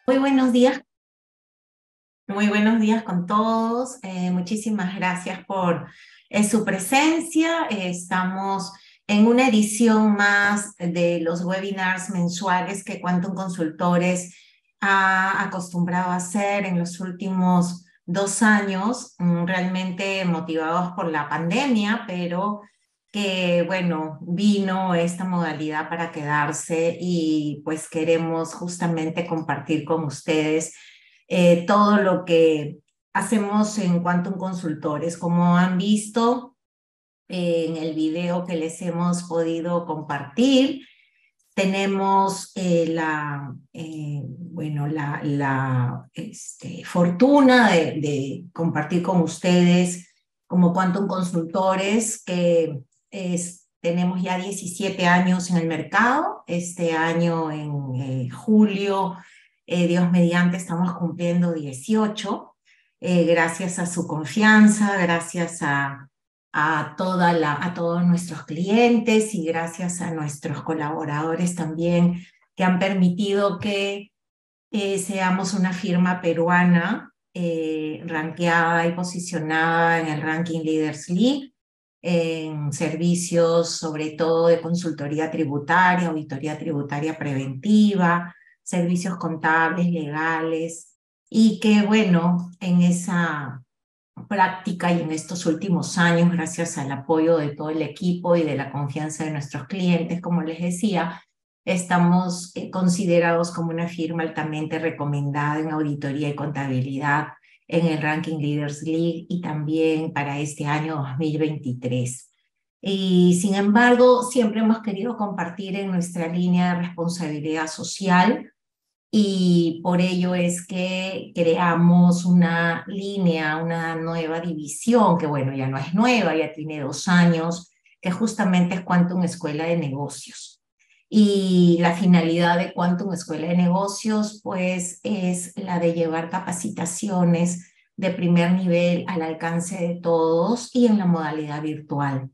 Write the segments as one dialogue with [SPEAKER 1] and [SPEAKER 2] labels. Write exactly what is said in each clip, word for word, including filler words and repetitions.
[SPEAKER 1] Muy buenos días, muy buenos días con todos. Eh, muchísimas gracias por eh, su presencia. Eh, estamos en una edición más de los webinars mensuales que Quantum Consultores ha acostumbrado a hacer en los últimos dos años, mm, realmente motivados por la pandemia, pero que, bueno, vino esta modalidad para quedarse y pues queremos justamente compartir con ustedes eh, todo lo que hacemos en Quantum Consultores. Como han visto eh, en el video que les hemos podido compartir, tenemos eh, la, eh, bueno, la, la este, fortuna de, de compartir con ustedes como Quantum Consultores que es, tenemos ya diecisiete años en el mercado. Este año en eh, julio, eh, Dios mediante, estamos cumpliendo dieciocho, eh, gracias a su confianza, gracias a a, toda la, a todos nuestros clientes y gracias a nuestros colaboradores también que han permitido que eh, seamos una firma peruana eh, rankeada y posicionada en el Ranking Leaders League en servicios sobre todo de consultoría tributaria, auditoría tributaria preventiva, servicios contables, legales, y que bueno, en esa práctica y en estos últimos años, gracias al apoyo de todo el equipo y de la confianza de nuestros clientes, como les decía, estamos eh, considerados como una firma altamente recomendada en auditoría y contabilidad en el Ranking Leaders League y también para este año dos mil veintitrés. Y sin embargo, siempre hemos querido compartir en nuestra línea de responsabilidad social y por ello es que creamos una línea, una nueva división, que bueno, ya no es nueva, ya tiene dos años, que justamente es Quantum Escuela de Negocios. Y la finalidad de Quantum Escuela de Negocios, pues, es la de llevar capacitaciones de primer nivel al alcance de todos y en la modalidad virtual.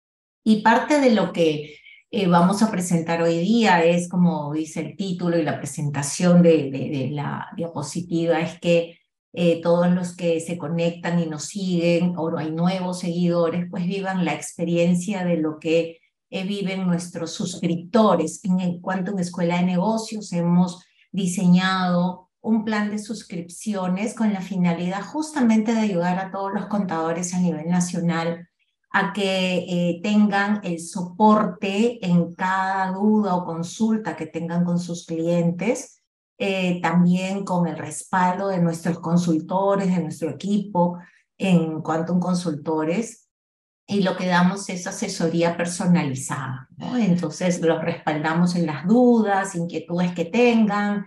[SPEAKER 1] Y parte de lo que eh, vamos a presentar hoy día es, como dice el título y la presentación de, de, de la diapositiva, es que eh, todos los que se conectan y nos siguen, o hay nuevos seguidores, pues vivan la experiencia de lo que eh, viven nuestros suscriptores. En el Quantum Escuela de Negocios hemos diseñado un plan de suscripciones con la finalidad justamente de ayudar a todos los contadores a nivel nacional a que eh, tengan el soporte en cada duda o consulta que tengan con sus clientes, eh, también con el respaldo de nuestros consultores, de nuestro equipo en Quantum Consultores, y lo que damos es asesoría personalizada, ¿no? Entonces los respaldamos en las dudas, inquietudes que tengan,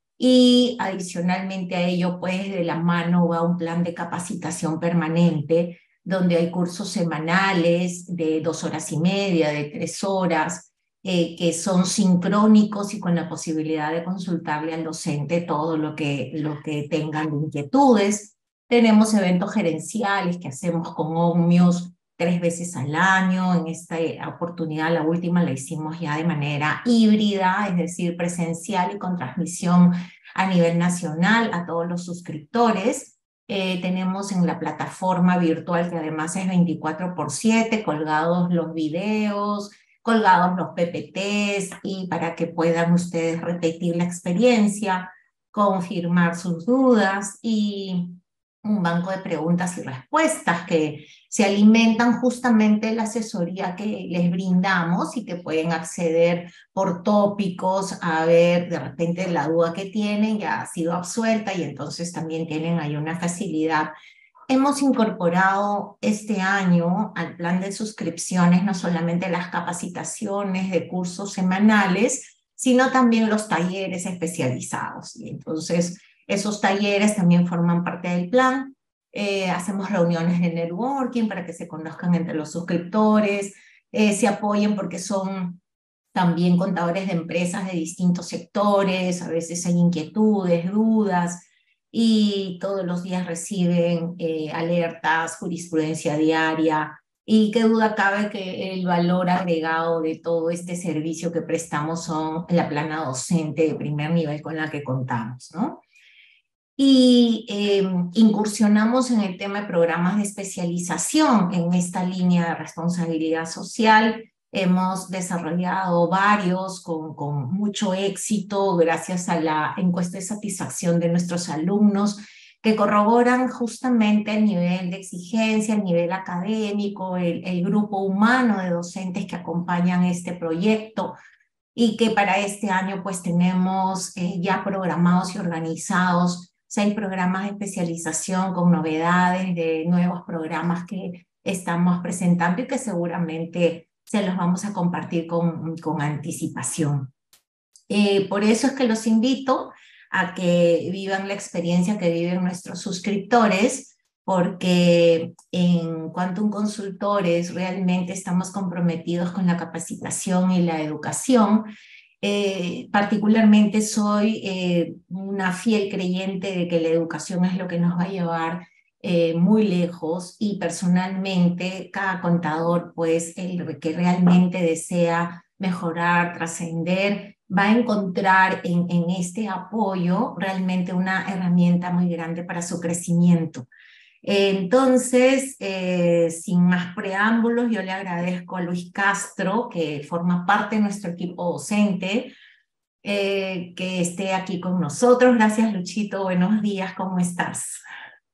[SPEAKER 1] y adicionalmente a ello, pues de la mano va un plan de capacitación permanente, donde hay cursos semanales de dos horas y media, de tres horas, eh, que son sincrónicos y con la posibilidad de consultarle al docente todo lo que, lo que tengan de inquietudes. Tenemos eventos gerenciales que hacemos con Omnius tres veces al año. En esta oportunidad, la última, la hicimos ya de manera híbrida, es decir, presencial y con transmisión a nivel nacional a todos los suscriptores. Eh, tenemos en la plataforma virtual, que además es veinticuatro por siete, colgados los videos, colgados los P P Ts, y para que puedan ustedes repetir la experiencia, confirmar sus dudas, y un banco de preguntas y respuestas que se alimentan justamente de la asesoría que les brindamos y que pueden acceder por tópicos a ver de repente la duda que tienen ya ha sido absuelta y entonces también tienen ahí una facilidad. Hemos incorporado este año al plan de suscripciones no solamente las capacitaciones de cursos semanales, sino también los talleres especializados. Y entonces esos talleres también forman parte del plan. Eh, hacemos reuniones de networking para que se conozcan entre los suscriptores, eh, se apoyen porque son también contadores de empresas de distintos sectores, a veces hay inquietudes, dudas, y todos los días reciben eh, alertas, jurisprudencia diaria Y qué duda cabe que el valor agregado de todo este servicio que prestamos son la plana docente de primer nivel con la que contamos, ¿no? Y eh, incursionamos en el tema de programas de especialización en esta línea de responsabilidad social. Hemos desarrollado varios con, con mucho éxito gracias a la encuesta de satisfacción de nuestros alumnos que corroboran justamente el nivel de exigencia, el nivel académico, el, el grupo humano de docentes que acompañan este proyecto y que para este año pues tenemos eh, ya programados y organizados seis programas de especialización con novedades de nuevos programas que estamos presentando y que seguramente se los vamos a compartir con, con anticipación. Eh, por eso es que los invito a que vivan la experiencia que viven nuestros suscriptores, porque en Quantum Consultores realmente estamos comprometidos con la capacitación y la educación. Eh, particularmente soy eh, una fiel creyente de que la educación es lo que nos va a llevar eh, muy lejos y personalmente cada contador, pues el que realmente desea mejorar, trascender, va a encontrar en, en este apoyo realmente una herramienta muy grande para su crecimiento. Entonces, eh, sin más preámbulos, yo le agradezco a Luis Castro, que forma parte de nuestro equipo docente, eh, que esté aquí con nosotros. Gracias, Luchito. Buenos días, ¿cómo estás?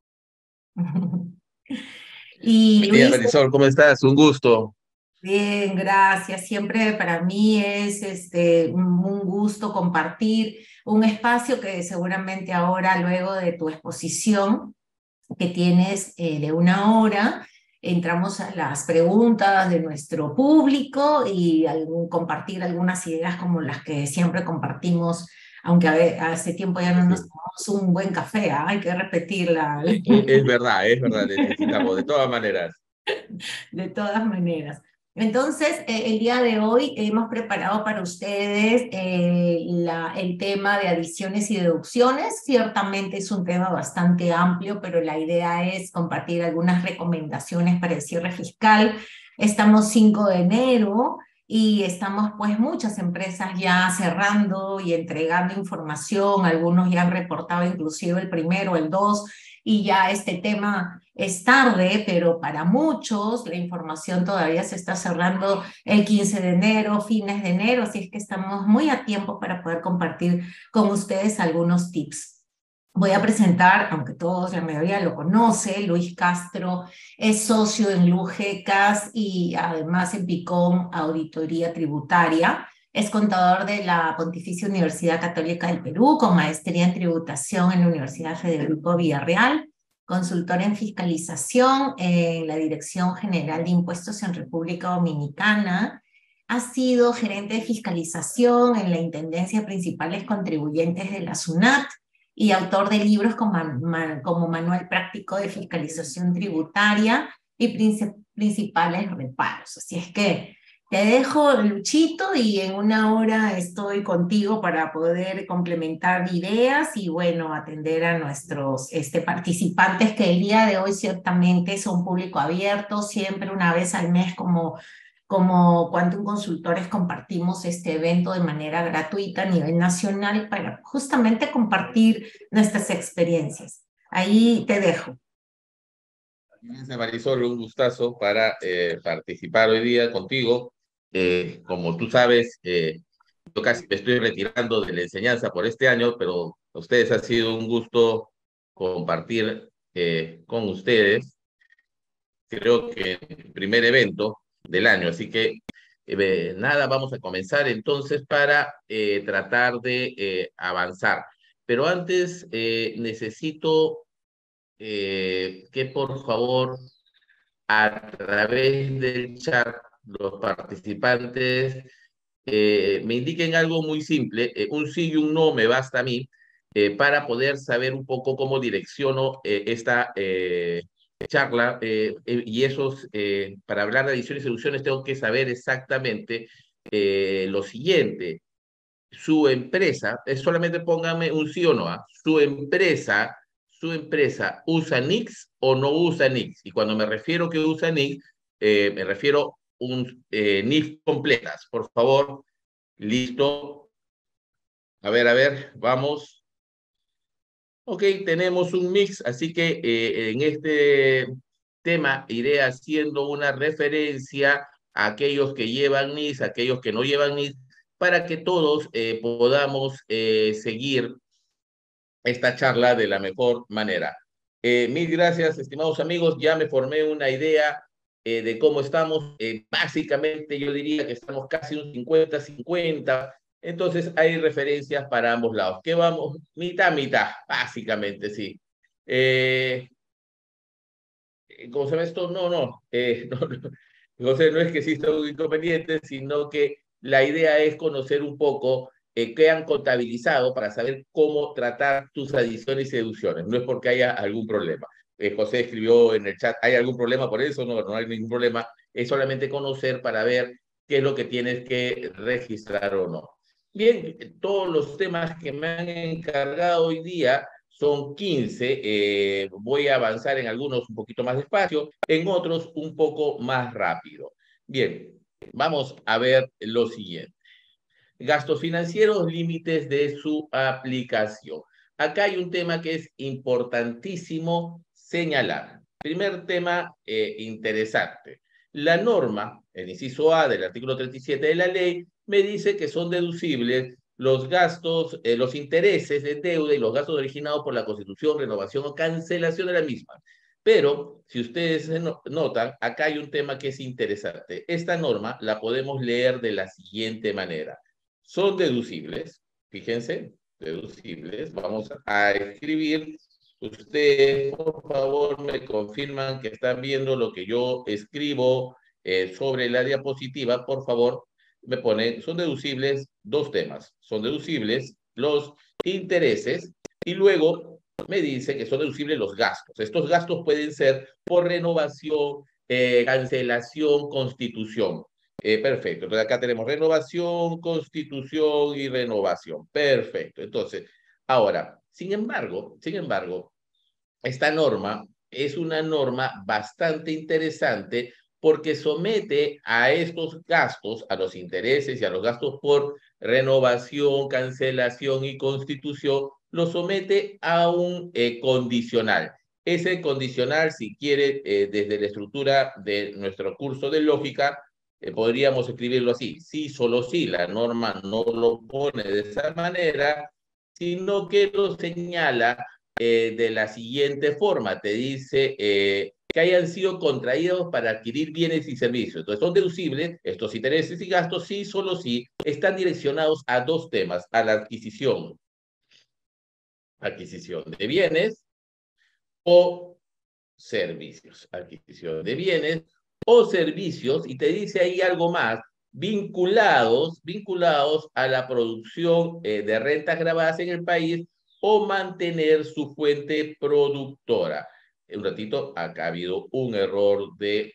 [SPEAKER 1] Y
[SPEAKER 2] Bien,
[SPEAKER 1] Luis,
[SPEAKER 2] Marisol, ¿cómo estás? Un gusto.
[SPEAKER 1] bien, gracias. Siempre para mí es este, un gusto compartir un espacio que seguramente ahora, luego de tu exposición, que tienes eh, de una hora. Entramos a las preguntas de nuestro público y algún, compartir algunas ideas como las que siempre compartimos, aunque a ver, hace tiempo ya no nos
[SPEAKER 2] Sí.
[SPEAKER 1] tomamos un buen café, ¿ah? Hay que repetirla
[SPEAKER 2] Es verdad, es verdad, necesitamos, de todas maneras.
[SPEAKER 1] de todas maneras. Entonces, eh, el día de hoy hemos preparado para ustedes eh, la, el tema de adiciones y deducciones. Ciertamente es un tema bastante amplio, pero la idea es compartir algunas recomendaciones para el cierre fiscal. Estamos cinco de enero y estamos pues muchas empresas ya cerrando y entregando información. Algunos ya han reportado inclusive el primero, el dos, y ya este tema es tarde, pero para muchos la información todavía se está cerrando el quince de enero, fines de enero, así es que estamos muy a tiempo para poder compartir con ustedes algunos tips. Voy a presentar, aunque todos, la mayoría lo conoce, Luis Castro es socio en Lujecas y además en Picón Auditoría Tributaria. Es contador de la Pontificia Universidad Católica del Perú, con maestría en tributación en la Universidad Federico Villarreal, consultor en fiscalización en la Dirección General de Impuestos en República Dominicana. Ha sido gerente de fiscalización en la Intendencia de Principales Contribuyentes de la SUNAT y autor de libros como, man, como Manual Práctico de Fiscalización Tributaria y Principales Reparos. Así es que te dejo, Luchito, y en una hora estoy contigo para poder complementar ideas y, bueno, atender a nuestros este, participantes que el día de hoy ciertamente son público abierto, siempre una vez al mes como, como Quantum Consultores compartimos este evento de manera gratuita a nivel nacional para justamente compartir nuestras experiencias. Ahí te dejo.
[SPEAKER 2] Gracias, Marisol, un gustazo para eh, participar hoy día contigo. Eh, como tú sabes, eh, yo casi me estoy retirando de la enseñanza por este año, pero a ustedes ha sido un gusto compartir eh, con ustedes. Creo que el primer evento del año, así que eh, nada, vamos a comenzar entonces para eh, tratar de eh, avanzar. Pero antes eh, necesito eh, que por favor a través del chat los participantes eh, me indiquen algo muy simple, eh, un sí y un no me basta a mí eh, para poder saber un poco cómo direcciono eh, esta eh, charla eh, eh, y esos, eh, para hablar de adiciones y soluciones tengo que saber exactamente eh, lo siguiente. Su empresa, es solamente póngame un sí o no, ¿ah? Su empresa, su empresa usa Nix o no usa Nix. Y cuando me refiero que usa Nix, eh, me refiero un eh, N I F completas, por favor. Listo. A ver, a ver, vamos. Ok, tenemos un mix, así que eh, en este tema iré haciendo una referencia a aquellos que llevan N I S, a aquellos que no llevan N I S, para que todos eh, podamos eh, seguir esta charla de la mejor manera. Eh, mil gracias, estimados amigos. Ya me formé una idea eh, de cómo estamos. Eh, básicamente yo diría que estamos casi un cincuenta cincuenta. Entonces hay referencias para ambos lados. ¿Qué vamos? Mitad, mitad, básicamente, sí. Eh, ¿Cómo se llama esto? No, no, eh, no, no. José, no es que exista un inconveniente, sino que la idea es conocer un poco eh, qué han contabilizado para saber cómo tratar tus adiciones y deducciones. No es porque haya algún problema. Eh, José escribió en el chat, ¿hay algún problema por eso? No, no hay ningún problema. Es solamente conocer para ver qué es lo que tienes que registrar o no. Bien, todos los temas que me han encargado hoy día son quince. Eh, voy a avanzar en algunos un poquito más despacio, en otros un poco más rápido. Bien, vamos a ver lo siguiente. Gastos financieros, límites de su aplicación. Acá hay un tema que es importantísimo señalar. Primer tema eh, interesante. La norma, el inciso A del artículo treinta y siete de la ley, me dice que son deducibles los gastos, eh, los intereses de deuda y los gastos originados por la constitución, renovación o cancelación de la misma. Pero, si ustedes notan, acá hay un tema que es interesante. Esta norma la podemos leer de la siguiente manera. Son deducibles, fíjense, deducibles. Vamos a escribir. Ustedes, por favor, me confirman que están viendo lo que yo escribo eh, sobre la diapositiva. Por favor, me ponen, son deducibles dos temas. Son deducibles los intereses y luego me dice que son deducibles los gastos. Estos gastos pueden ser por renovación, eh, cancelación, constitución. Eh, perfecto. Entonces acá tenemos renovación, constitución y renovación. Perfecto. Entonces, ahora, sin embargo, sin embargo, esta norma es una norma bastante interesante porque somete a estos gastos, a los intereses y a los gastos por renovación, cancelación y constitución, lo somete a un eh, condicional. Ese condicional, si quiere, eh, desde la estructura de nuestro curso de lógica, eh, podríamos escribirlo así: sí, solo sí. La norma no lo pone de esa manera, sino que lo señala eh, de la siguiente forma. Te dice eh, que hayan sido contraídos para adquirir bienes y servicios. Entonces son deducibles estos intereses y gastos sí, solo sí, están direccionados a dos temas: a la adquisición, adquisición de bienes o servicios, adquisición de bienes o servicios, y te dice ahí algo más: vinculados, vinculados a la producción eh, de rentas grabadas en el país o mantener su fuente productora. Un ratito, acá ha habido un error de...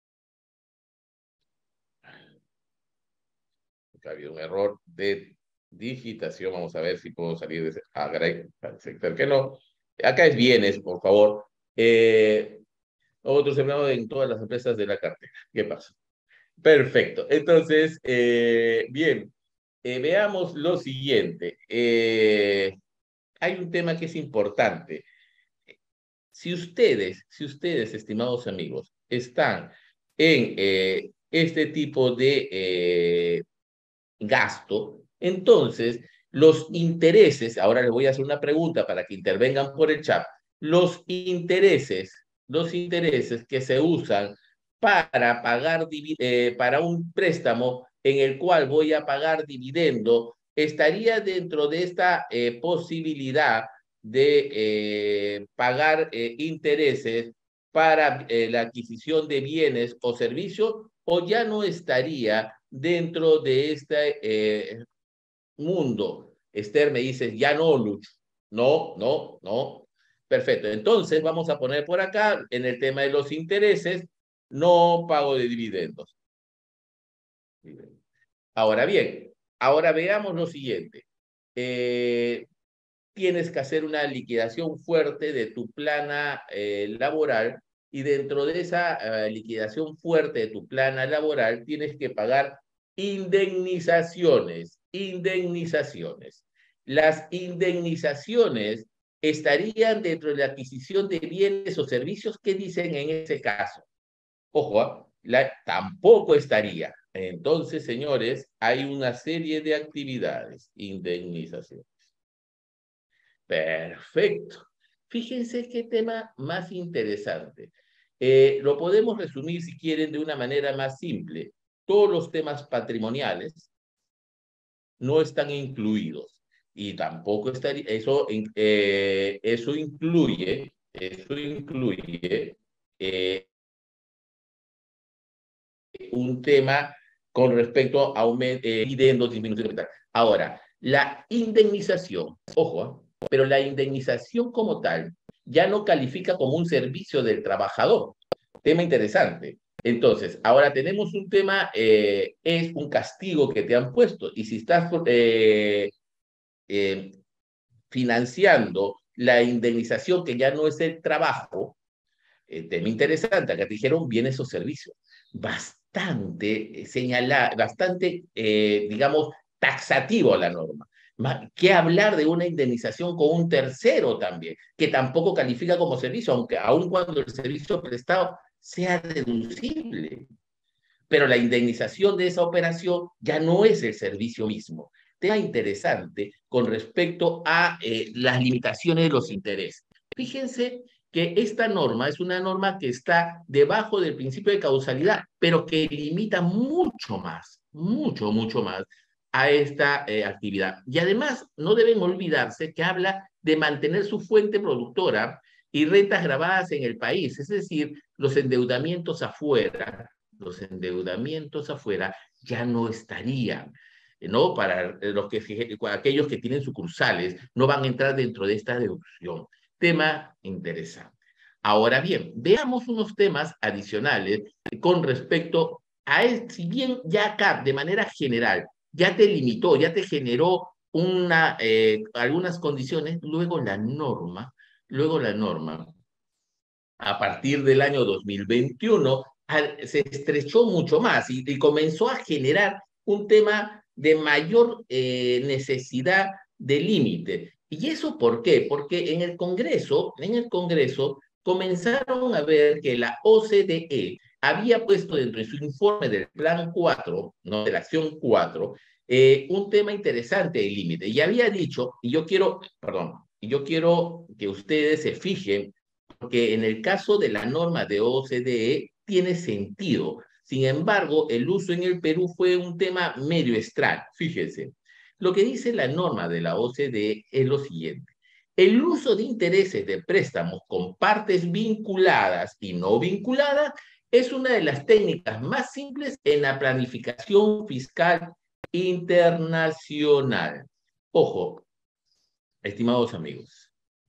[SPEAKER 2] Acá ha habido un error de digitación. Vamos a ver si puedo salir de ese... Ah, caray, parece que no. Acá es bienes, por favor. Eh, otros empleados en todas las empresas de la cartera. ¿Qué pasa? Perfecto. Entonces, eh, bien, eh, veamos lo siguiente. Eh, hay un tema que es importante. Si ustedes, si ustedes, estimados amigos, están en eh, este tipo de eh, gasto, entonces los intereses, ahora les voy a hacer una pregunta para que intervengan por el chat, los intereses, los intereses que se usan para pagar, eh, para un préstamo en el cual voy a pagar dividendo, estaría dentro de esta eh, posibilidad de eh, pagar eh, intereses para eh, la adquisición de bienes o servicios, o ya no estaría dentro de este eh, mundo. Esther me dice, ya no, Lucho. No, no, no. Perfecto. Entonces vamos a poner por acá, en el tema de los intereses, no pago de dividendos. Ahora bien, ahora veamos lo siguiente. Eh, tienes que hacer una liquidación fuerte de tu plana eh, laboral y dentro de esa uh, liquidación fuerte de tu plana laboral tienes que pagar indemnizaciones, indemnizaciones. Las indemnizaciones estarían dentro de la adquisición de bienes o servicios. ¿Qué dicen en ese caso? Ojo, ¿eh? La, tampoco estaría. Entonces, señores, hay una serie de actividades, indemnización. Perfecto. Fíjense qué tema más interesante. Eh, lo podemos resumir, si quieren, de una manera más simple. Todos los temas patrimoniales no están incluidos y tampoco estaría, eso, eh, eso incluye, eso incluye eh, un tema con respecto a un eh, dividendos, disminución de capital. Ahora, la indemnización, ojo, ¿eh? Pero la indemnización como tal ya no califica como un servicio del trabajador. Tema interesante. Entonces, ahora tenemos un tema, eh, es un castigo que te han puesto. Y si estás eh, eh, financiando la indemnización que ya no es el trabajo, eh, tema interesante, acá te dijeron bienes o servicios. Bastante eh, señalada, bastante, eh, digamos, taxativo la norma. ¿Qué hablar de una indemnización con un tercero también, que tampoco califica como servicio, aunque aun cuando el servicio prestado sea deducible? Pero la indemnización de esa operación ya no es el servicio mismo. Tema interesante con respecto a eh, las limitaciones de los intereses. Fíjense que esta norma es una norma que está debajo del principio de causalidad, pero que limita mucho más, mucho, mucho más a esta eh, actividad. Y además, no deben olvidarse que habla de mantener su fuente productora y rentas grabadas en el país, es decir, los endeudamientos afuera, los endeudamientos afuera ya no estarían, ¿no? Para los que, aquellos que tienen sucursales, no van a entrar dentro de esta deducción. Tema interesante. Ahora bien, veamos unos temas adicionales con respecto a, si bien ya acá, de manera general, ya te limitó, ya te generó una, eh, algunas condiciones, luego la norma, luego la norma, a partir del año dos mil veintiuno, se estrechó mucho más y, y comenzó a generar un tema de mayor eh, necesidad de límite. ¿Y eso por qué? Porque en el Congreso, en el Congreso comenzaron a ver que la O C D E había puesto dentro de su informe del Plan cuatro, no de la Acción cuatro, eh, un tema interesante de límite. Y había dicho, y yo quiero, perdón, y yo quiero que ustedes se fijen, porque en el caso de la norma de O C D E tiene sentido. Sin embargo, el uso en el Perú fue un tema medio extraño. Fíjense, lo que dice la norma de la O C D E es lo siguiente. El uso de intereses de préstamos con partes vinculadas y no vinculadas es una de las técnicas más simples en la planificación fiscal internacional. Ojo, estimados amigos,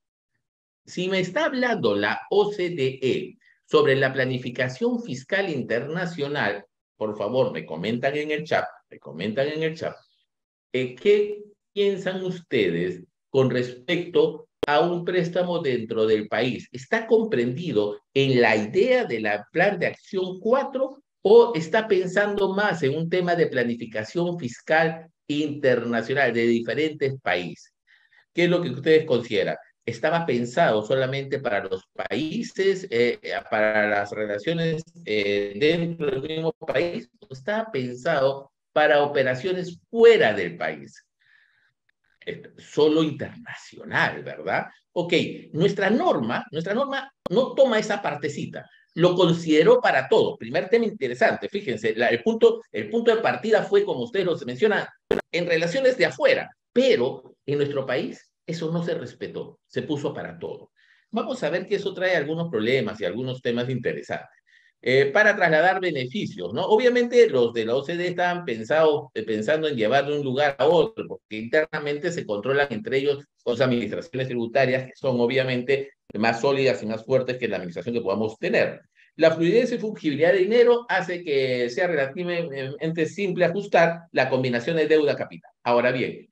[SPEAKER 2] si me está hablando la O C D E sobre la planificación fiscal internacional, por favor, me comentan en el chat, me comentan en el chat, eh, ¿qué piensan ustedes con respecto a un préstamo dentro del país? ¿Está comprendido en la idea de la Plan de Acción cuatro o está pensando más en un tema de planificación fiscal internacional de diferentes países? ¿Qué es lo que ustedes consideran? ¿Estaba pensado solamente para los países, eh, para las relaciones eh, dentro del mismo país? ¿O estaba pensado para operaciones fuera del país? Solo internacional, ¿verdad? Ok, nuestra norma, nuestra norma no toma esa partecita, lo consideró para todo. Primer tema interesante, fíjense, la, el, punto, el punto de partida fue, como ustedes lo mencionan, en relaciones de afuera, pero en nuestro país eso no se respetó, se puso para todo. Vamos a ver que eso trae algunos problemas y algunos temas interesantes. Eh, para trasladar beneficios, ¿no? Obviamente los de la O C D E estaban pensado, eh, pensando en llevar de un lugar a otro, porque internamente se controlan entre ellos las administraciones tributarias que son obviamente más sólidas y más fuertes que la administración que podamos tener. La fluidez y fungibilidad de dinero hace que sea relativamente simple ajustar la combinación de deuda-capital. Ahora bien,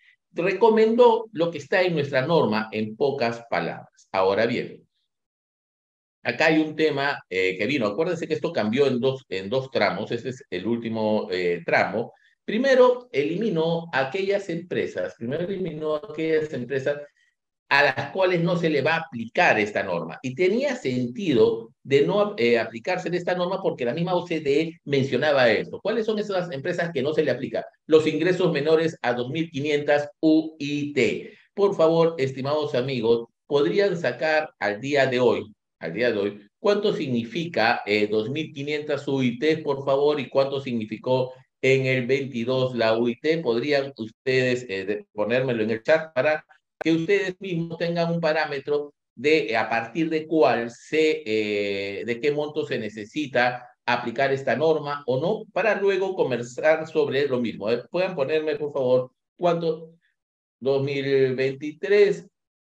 [SPEAKER 2] recomendó lo que está en nuestra norma en pocas palabras. Ahora bien, acá hay un tema eh, que vino. Acuérdense que esto cambió en dos, en dos tramos. Este es el último eh, tramo. Primero, eliminó aquellas empresas, primero eliminó aquellas empresas a las cuales no se le va a aplicar esta norma. Y tenía sentido de no eh, aplicarse de esta norma porque la misma O C D E mencionaba eso. ¿Cuáles son esas empresas que no se le aplica? Los ingresos menores a dos mil quinientas U I T. Por favor, estimados amigos, podrían sacar al día de hoy, al día de hoy, cuánto significa eh, dos mil quinientas U I T, por favor, y cuánto significó en el veintidós la U I T. ¿Podrían ustedes eh, ponérmelo en el chat para que ustedes mismos tengan un parámetro de a partir de cuál se, eh, de qué monto se necesita aplicar esta norma o no, para luego conversar sobre lo mismo? Eh, Puedan ponerme, por favor, cuánto, dos mil veintitrés,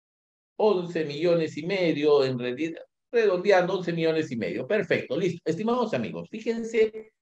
[SPEAKER 2] once millones y medio, en realidad, redondeando once millones y medio. Perfecto, listo. Estimados amigos, fíjense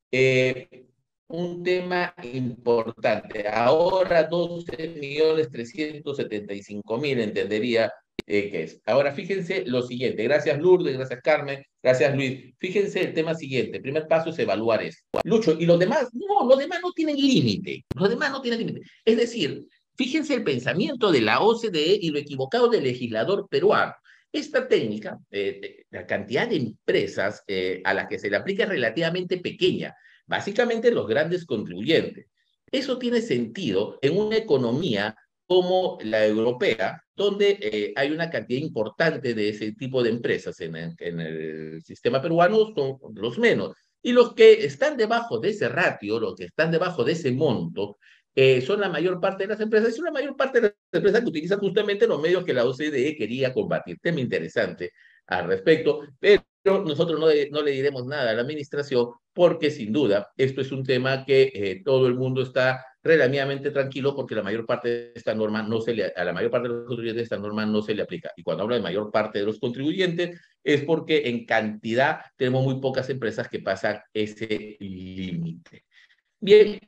[SPEAKER 2] eh, un tema importante. Ahora doce millones trescientos setenta y cinco mil entendería eh, que es. Ahora fíjense lo siguiente. Gracias Lourdes, gracias Carmen, gracias Luis. Fíjense el tema siguiente. El primer paso es evaluar esto. Lucho, ¿y los demás? No, los demás no tienen límite. Los demás no tienen límite. Es decir, fíjense el pensamiento de la O C D E y lo equivocado del legislador peruano. Esta técnica, eh, la cantidad de empresas eh, a las que se le aplica es relativamente pequeña, básicamente los grandes contribuyentes. Eso tiene sentido en una economía como la europea, donde eh, hay una cantidad importante de ese tipo de empresas. En el, en el sistema peruano son los menos. Y los que están debajo de ese ratio, los que están debajo de ese monto, eh, son la mayor parte de las empresas, y son la mayor parte de las empresas que utilizan justamente los medios que la O C D E quería combatir. Tema interesante al respecto, pero nosotros no, no le diremos nada a la administración porque sin duda esto es un tema que eh, todo el mundo está relativamente tranquilo porque la mayor parte de esta norma no se le, a la mayor parte de los contribuyentes de esta norma no se le aplica. Y cuando hablo de mayor parte de los contribuyentes es porque en cantidad tenemos muy pocas empresas que pasan ese límite. Bien,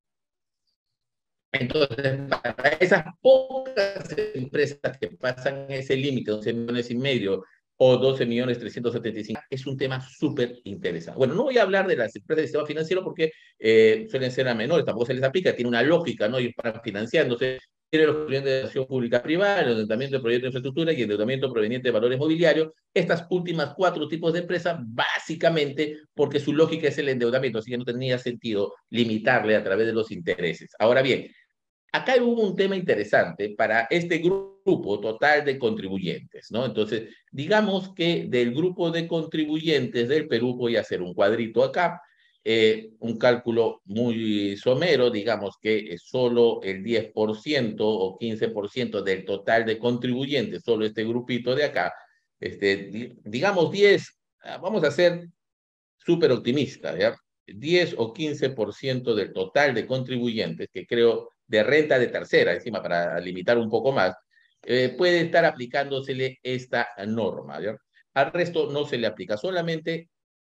[SPEAKER 2] entonces, para esas pocas empresas que pasan ese límite, once millones y medio o doce millones trescientos setenta y cinco, es un tema súper interesante. Bueno, no voy a hablar de las empresas del sistema financiero porque eh, suelen ser a menores, tampoco se les aplica, tiene una lógica, ¿no? Ellos van financiándose, tiene los clientes de acción pública privada, el endeudamiento de proyectos de infraestructura y el endeudamiento proveniente de valores mobiliarios. Estas últimas cuatro tipos de empresas, básicamente porque su lógica es el endeudamiento, así que no tenía sentido limitarle a través de los intereses. Ahora bien, acá hubo un tema interesante para este grupo total de contribuyentes, ¿no? Entonces, digamos que del grupo de contribuyentes del Perú, voy a hacer un cuadrito acá, eh, un cálculo muy somero, digamos que es solo el diez por ciento o quince por ciento del total de contribuyentes, solo este grupito de acá, este, digamos diez, vamos a ser súper optimistas, ¿ya? diez o quince por ciento del total de contribuyentes, que creo de renta de tercera, encima para limitar un poco más, eh, puede estar aplicándosele esta norma, ¿ya? Al resto no se le aplica, solamente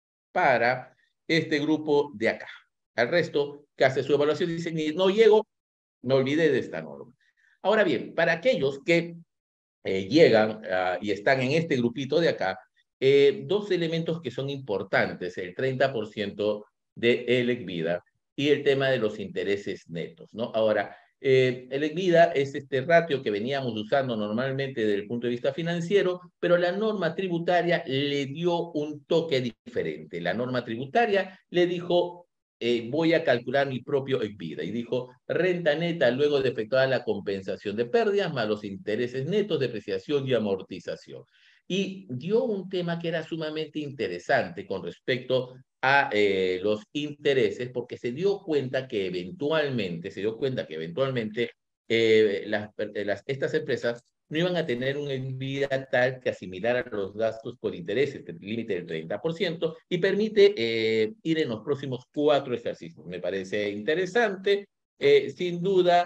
[SPEAKER 2] para este grupo de acá. Al resto, que hace su evaluación, dice, no llego, me olvidé de esta norma. Ahora bien, para aquellos que eh, llegan uh, y están en este grupito de acá, eh, dos elementos que son importantes, el treinta por ciento de el ECVIDA y el tema de los intereses netos, ¿no? Ahora, eh, el ECVIDA es este ratio que veníamos usando normalmente desde el punto de vista financiero, pero la norma tributaria le dio un toque diferente. La norma tributaria le dijo, eh, voy a calcular mi propio ECVIDA, y dijo, renta neta luego de efectuar la compensación de pérdidas más los intereses netos, depreciación y amortización. Y dio un tema que era sumamente interesante con respecto a eh, los intereses, porque se dio cuenta que eventualmente, se dio cuenta que eventualmente eh, las, las, estas empresas no iban a tener una vida tal que asimilara los gastos con intereses, el límite del treinta por ciento, y permite eh, ir en los próximos cuatro ejercicios. Me parece interesante, eh, sin duda,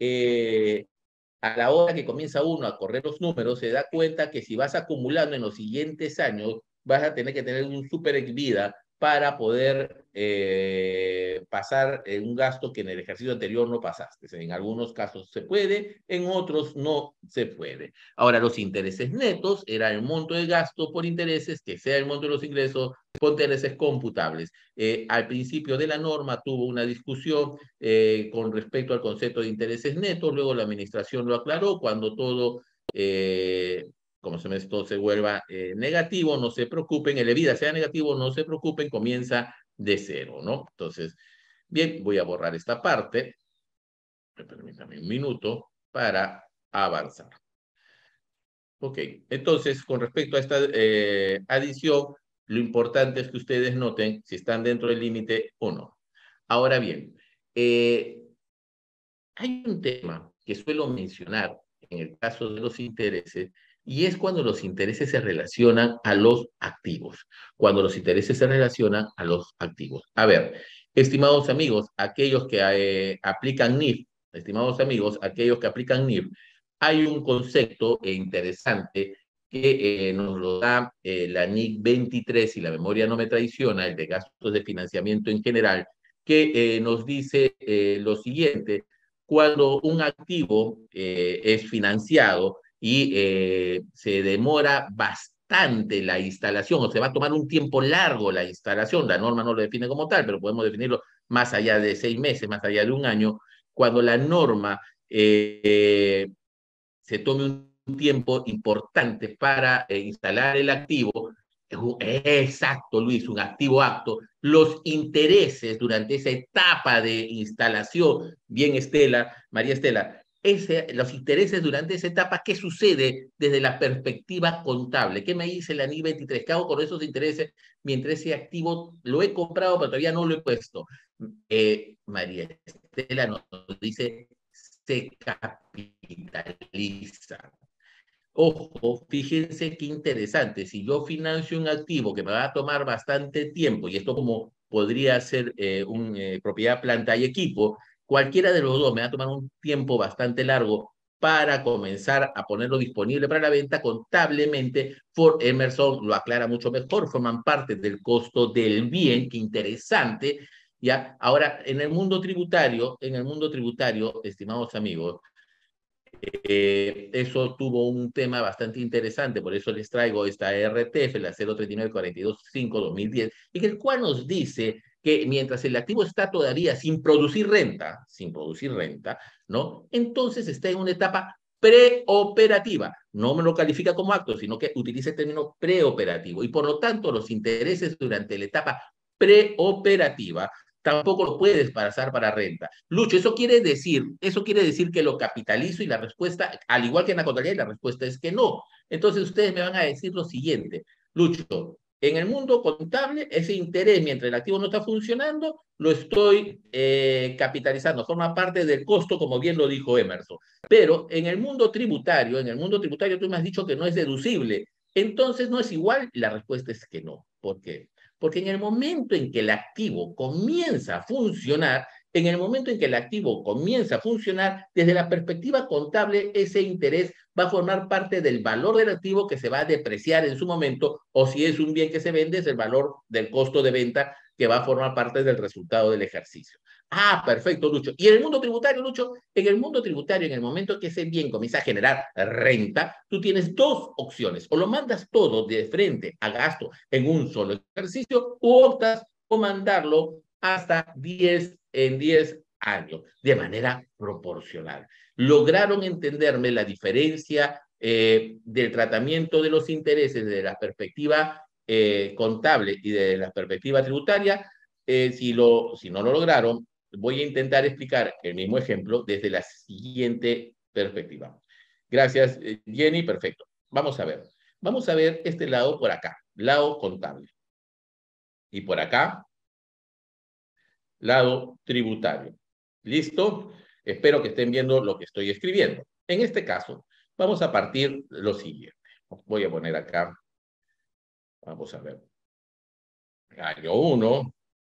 [SPEAKER 2] eh, a la hora que comienza uno a correr los números, se da cuenta que si vas acumulando en los siguientes años, vas a tener que tener un super vida para poder eh, pasar eh, un gasto que en el ejercicio anterior no pasaste. En algunos casos se puede, en otros no se puede. Ahora, los intereses netos era el monto de gasto por intereses, que sea el monto de los ingresos por intereses computables. Eh, al principio de la norma tuvo una discusión eh, con respecto al concepto de intereses netos, luego la administración lo aclaró cuando todo... Eh, como se me esto se vuelva eh, negativo, no se preocupen, el vida sea negativo, no se preocupen, comienza de cero, ¿no? Entonces, bien, voy a borrar esta parte, permítame un minuto para avanzar. Ok, entonces, con respecto a esta eh, adición, lo importante es que ustedes noten si están dentro del límite o no. Ahora bien, eh, hay un tema que suelo mencionar en el caso de los intereses y es cuando los intereses se relacionan a los activos, cuando los intereses se relacionan a los activos. A ver, estimados amigos, aquellos que eh, aplican N I F, estimados amigos, aquellos que aplican N I F, hay un concepto interesante que eh, nos lo da eh, la N I C veintitrés, si la memoria no me traiciona, el de gastos de financiamiento en general, que eh, nos dice eh, lo siguiente: cuando un activo eh, es financiado y eh, se demora bastante la instalación o se va a tomar un tiempo largo la instalación, la norma no lo define como tal, pero podemos definirlo más allá de seis meses, más allá de un año, cuando la norma eh, se tome un tiempo importante para eh, instalar el activo, exacto, Luis, un activo apto, los intereses durante esa etapa de instalación, bien Estela, María Estela, ese, los intereses durante esa etapa, ¿qué sucede desde la perspectiva contable? ¿Qué me dice la N I veintitrés? ¿Qué hago con esos intereses mientras ese activo lo he comprado pero todavía no lo he puesto? Eh, María Estela nos dice, se capitaliza. Ojo, fíjense qué interesante. Si yo financio un activo que me va a tomar bastante tiempo, y esto como podría ser eh, una eh, propiedad, planta y equipo, cualquiera de los dos me va a tomar un tiempo bastante largo para comenzar a ponerlo disponible para la venta contablemente. For Emerson lo aclara mucho mejor, forman parte del costo del bien, qué interesante. ¿Ya? Ahora, en el mundo tributario, en el mundo tributario, estimados amigos, eh, eso tuvo un tema bastante interesante, por eso les traigo esta R T F, la cero treinta y nueve cuarenta y dos cinco dos mil diez, y el cual nos dice que mientras el activo está todavía sin producir renta, sin producir renta, ¿no? Entonces está en una etapa preoperativa. No me lo califica como acto, sino que utiliza el término preoperativo. Y por lo tanto, los intereses durante la etapa preoperativa tampoco lo puedes pasar para renta. Lucho, eso quiere decir, eso quiere decir que lo capitalizo y la respuesta, al igual que en la contabilidad, la respuesta es que no. Entonces ustedes me van a decir lo siguiente, Lucho, en el mundo contable, ese interés mientras el activo no está funcionando, lo estoy eh, capitalizando, forma parte del costo, como bien lo dijo Emerson. Pero en el mundo tributario, en el mundo tributario tú me has dicho que no es deducible. Entonces no es igual, la respuesta es que no. ¿Por qué? Porque en el momento en que el activo comienza a funcionar, en el momento en que el activo comienza a funcionar, desde la perspectiva contable, ese interés va a formar parte del valor del activo que se va a depreciar en su momento, o si es un bien que se vende, es el valor del costo de venta que va a formar parte del resultado del ejercicio. Ah, perfecto, Lucho. Y en el mundo tributario, Lucho, en el mundo tributario, en el momento que ese bien comienza a generar renta, tú tienes dos opciones. O lo mandas todo de frente a gasto en un solo ejercicio, u optas por mandarlo hasta diez en diez años, de manera proporcional. Lograron entenderme la diferencia eh, del tratamiento de los intereses desde la perspectiva eh, contable y de la perspectiva tributaria. Eh, si, lo, si no lo lograron, voy a intentar explicar el mismo ejemplo desde la siguiente perspectiva. Gracias, Jenny. Perfecto. Vamos a ver. Vamos a ver este lado por acá, lado contable. Y por acá, lado tributario. ¿Listo? Espero que estén viendo lo que estoy escribiendo. En este caso, vamos a partir lo siguiente. Voy a poner acá, vamos a ver, año uno,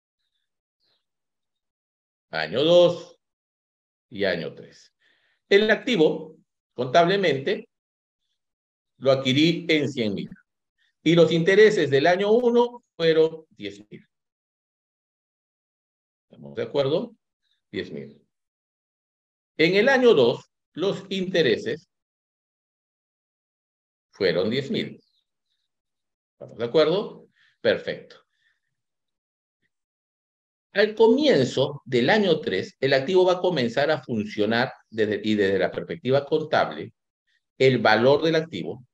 [SPEAKER 2] año dos y año tres. El activo, contablemente, lo adquirí en cien mil. Y los intereses del año uno fueron diez mil. ¿Estamos de acuerdo? diez mil. En el año dos, los intereses fueron diez mil. ¿Estamos de acuerdo? Perfecto. Al comienzo del año tres, el activo va a comenzar a funcionar desde, y desde la perspectiva contable, el valor del activo,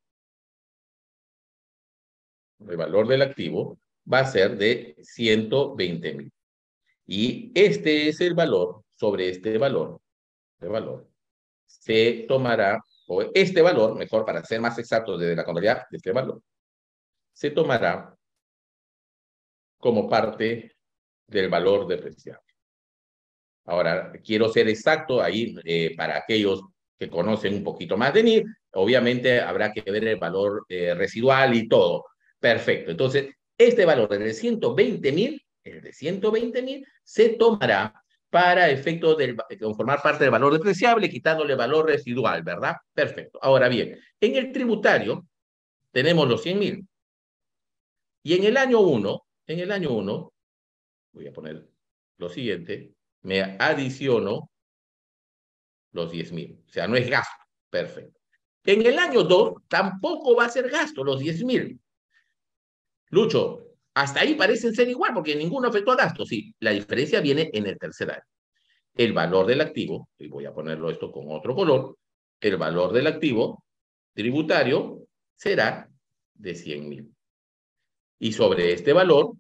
[SPEAKER 2] el valor del activo va a ser de ciento veinte mil. Y este es el valor, sobre este valor, este valor, se tomará, o este valor, mejor para ser más exacto desde la contabilidad, de este valor, se tomará como parte del valor depreciable. Ahora, quiero ser exacto ahí eh, para aquellos que conocen un poquito más de mí. Obviamente habrá que ver el valor eh, residual y todo. Perfecto. Entonces, este valor, el de ciento veinte mil, el de ciento veinte mil, se tomará para efecto de conformar parte del valor depreciable, quitándole valor residual, ¿verdad? Perfecto. Ahora bien, en el tributario tenemos los cien mil. Y en el año uno, en el año uno, voy a poner lo siguiente, me adiciono los diez mil. O sea, no es gasto. Perfecto. En el año dos tampoco va a ser gasto los diez mil. Lucho, hasta ahí parecen ser igual porque ninguno afectó a gasto. Sí, la diferencia viene en el tercer año. El valor del activo, y voy a ponerlo esto con otro color, el valor del activo tributario será de cien mil. Y sobre este valor,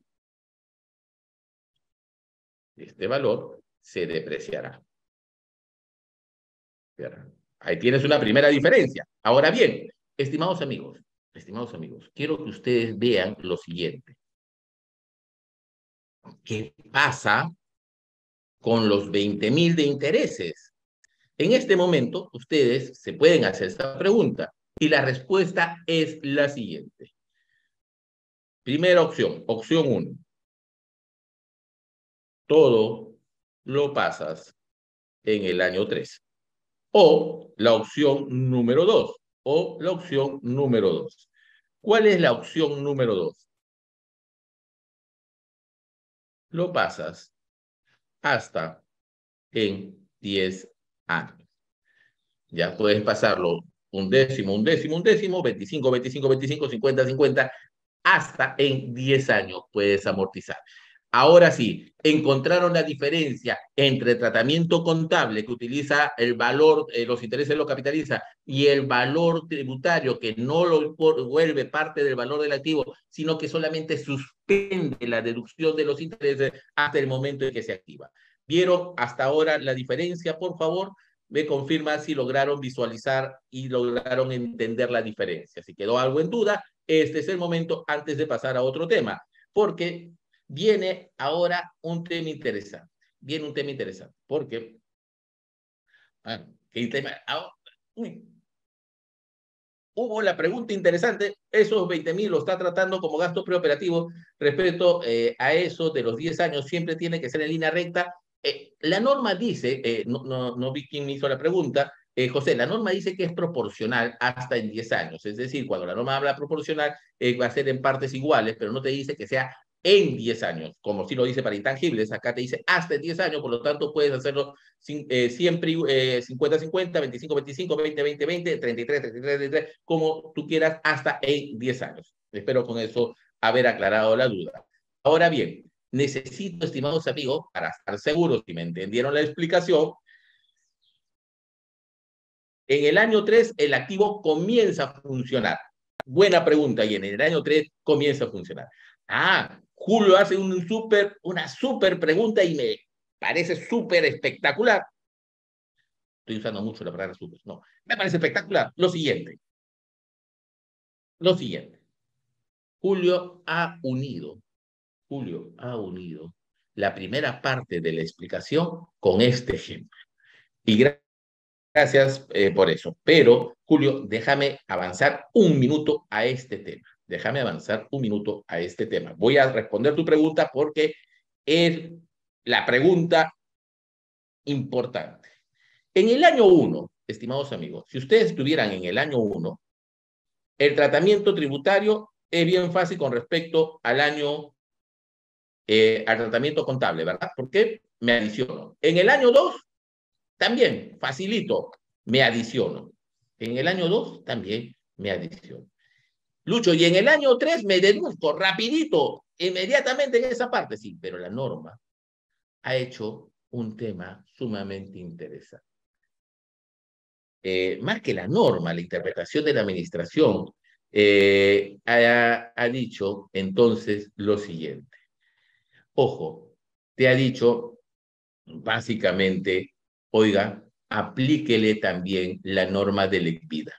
[SPEAKER 2] este valor se depreciará. Ahí tienes una primera diferencia. Ahora bien, estimados amigos, estimados amigos, quiero que ustedes vean lo siguiente. ¿Qué pasa con los veinte mil de intereses? En este momento, ustedes se pueden hacer esta pregunta y la respuesta es la siguiente. Primera opción, opción uno. Todo lo pasas en el año tres. O la opción número dos. O la opción número dos. ¿Cuál es la opción número dos? Lo pasas hasta en diez años. Ya puedes pasarlo un décimo, un décimo, un décimo, veinticinco, veinticinco, veinticinco, cincuenta, cincuenta, hasta en diez años puedes amortizar. Ahora sí, encontraron la diferencia entre tratamiento contable que utiliza el valor, eh, los intereses lo capitaliza, y el valor tributario que no lo vuelve parte del valor del activo, sino que solamente suspende la deducción de los intereses hasta el momento en que se activa. ¿Vieron hasta ahora la diferencia? Por favor, me confirma si lograron visualizar y lograron entender la diferencia. Si quedó algo en duda, este es el momento antes de pasar a otro tema, porque viene ahora un tema interesante. Viene un tema interesante, porque... Ah, ¿qué tema? Ah, uy, hubo la pregunta interesante, esos veinte mil lo está tratando como gasto preoperativo respecto eh, a eso de los diez años, siempre tiene que ser en línea recta. Eh, la norma dice, eh, no, no, no vi quién me hizo la pregunta, eh, José, la norma dice que es proporcional hasta en diez años, es decir, cuando la norma habla proporcional, eh, va a ser en partes iguales, pero no te dice que sea en diez años, como si lo dice para intangibles, acá te dice hasta en diez años, por lo tanto puedes hacerlo eh, siempre eh, cincuenta cincuenta, veinticinco veinticinco, veinte veinte veinte, treinta y tres treinta y tres treinta y tres, como tú quieras, hasta en diez años. Espero con eso haber aclarado la duda. Ahora bien, necesito, estimados amigos, para estar seguros si me entendieron la explicación, en el año tres el activo comienza a funcionar. Buena pregunta, y en el año tres comienza a funcionar. Ah, Julio hace un super, una súper pregunta y me parece súper espectacular. Estoy usando mucho la palabra súper. No, me parece espectacular. Lo siguiente. Lo siguiente. Julio ha unido, Julio ha unido la primera parte de la explicación con este ejemplo. Y gracias eh, por eso. Pero, Julio, déjame avanzar un minuto a este tema. Déjame avanzar un minuto a este tema. Voy a responder tu pregunta porque es la pregunta importante. En el año uno, estimados amigos, si ustedes estuvieran en el año uno, el tratamiento tributario es bien fácil con respecto al año, eh, al tratamiento contable, ¿verdad? ¿Por qué? me adiciono. En el año dos, también, facilito, me adiciono. En el año dos, también me adiciono. Lucho, y en el año tres me deduzco rapidito, inmediatamente en esa parte, sí, pero la norma ha hecho un tema sumamente interesante. Eh, más que la norma, la interpretación de la administración, eh, ha, ha dicho entonces lo siguiente. Ojo, te ha dicho básicamente, oiga, aplíquele también la norma de liquidez.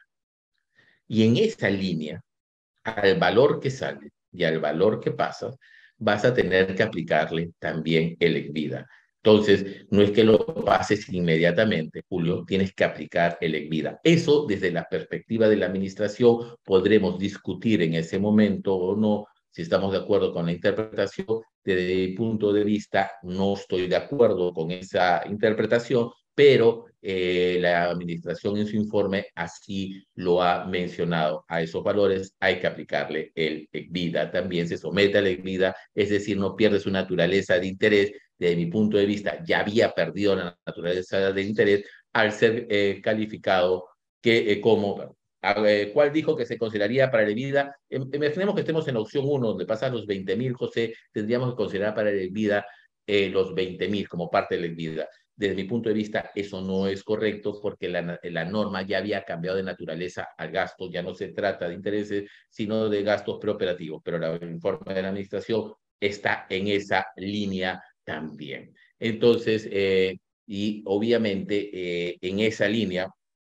[SPEAKER 2] Y en esa línea, al valor que sale y al valor que pasa, vas a tener que aplicarle también el ECVIDA. Entonces, no es que lo pases inmediatamente, Julio, tienes que aplicar el ECVIDA. Eso, desde la perspectiva de la administración, podremos discutir en ese momento o no, si estamos de acuerdo con la interpretación. Desde mi punto de vista, no estoy de acuerdo con esa interpretación, pero eh, la administración en su informe así lo ha mencionado. A esos valores hay que aplicarle el ECVIDA. También se somete al ECVIDA, es decir, no pierde su naturaleza de interés. Desde mi punto de vista, ya había perdido la naturaleza de interés al ser eh, calificado que, eh, como... Eh, ¿Cuál dijo que se consideraría para el ECVIDA? Eh, imaginemos que estemos en la opción uno, donde pasan los veinte mil, José, tendríamos que considerar para el ECVIDA eh, los veinte mil como parte del ECVIDA. Desde mi punto de vista, eso no es correcto porque la, la norma ya había cambiado de naturaleza al gasto, ya no se trata de intereses, sino de gastos preoperativos, pero el informe de la administración está en esa línea también. Entonces, eh, y obviamente eh, en esa línea,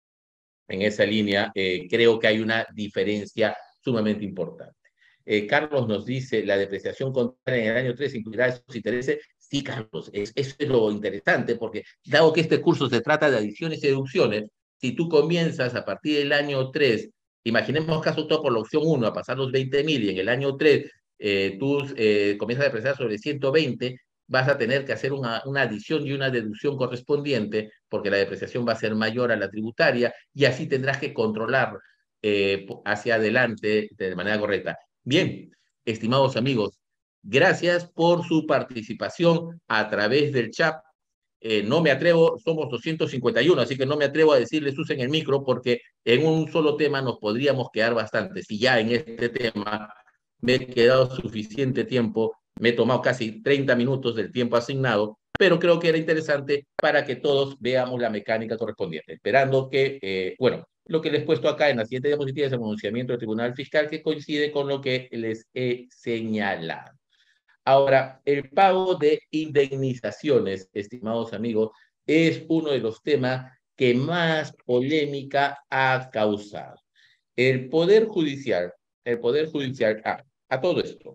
[SPEAKER 2] en esa línea, eh, creo que hay una diferencia sumamente importante. Eh, Carlos nos dice, la depreciación contribuyente en el año tres incluirá esos intereses. Sí, Carlos, es, eso es lo interesante, porque dado que este curso se trata de adiciones y deducciones, si tú comienzas a partir del año tres, imaginemos caso todo por la opción uno, a pasar los veinte mil, y en el año tres eh, tú eh, comienzas a depreciar sobre ciento veinte, vas a tener que hacer una, una adición y una deducción correspondiente, porque la depreciación va a ser mayor a la tributaria, y así tendrás que controlar eh, hacia adelante de manera correcta. Bien, estimados amigos, gracias por su participación a través del chat. Eh, no me atrevo, somos doscientos cincuenta y uno, así que no me atrevo a decirles usen el micro porque en un solo tema nos podríamos quedar bastante. Si ya en este tema me he quedado suficiente tiempo, me he tomado casi treinta minutos del tiempo asignado, pero creo que era interesante para que todos veamos la mecánica correspondiente, esperando que, eh, bueno, lo que les he puesto acá en la siguiente diapositiva es el pronunciamiento del Tribunal Fiscal que coincide con lo que les he señalado. Ahora, el pago de indemnizaciones, estimados amigos, es uno de los temas que más polémica ha causado. El Poder Judicial, el Poder Judicial, ah, a todo esto,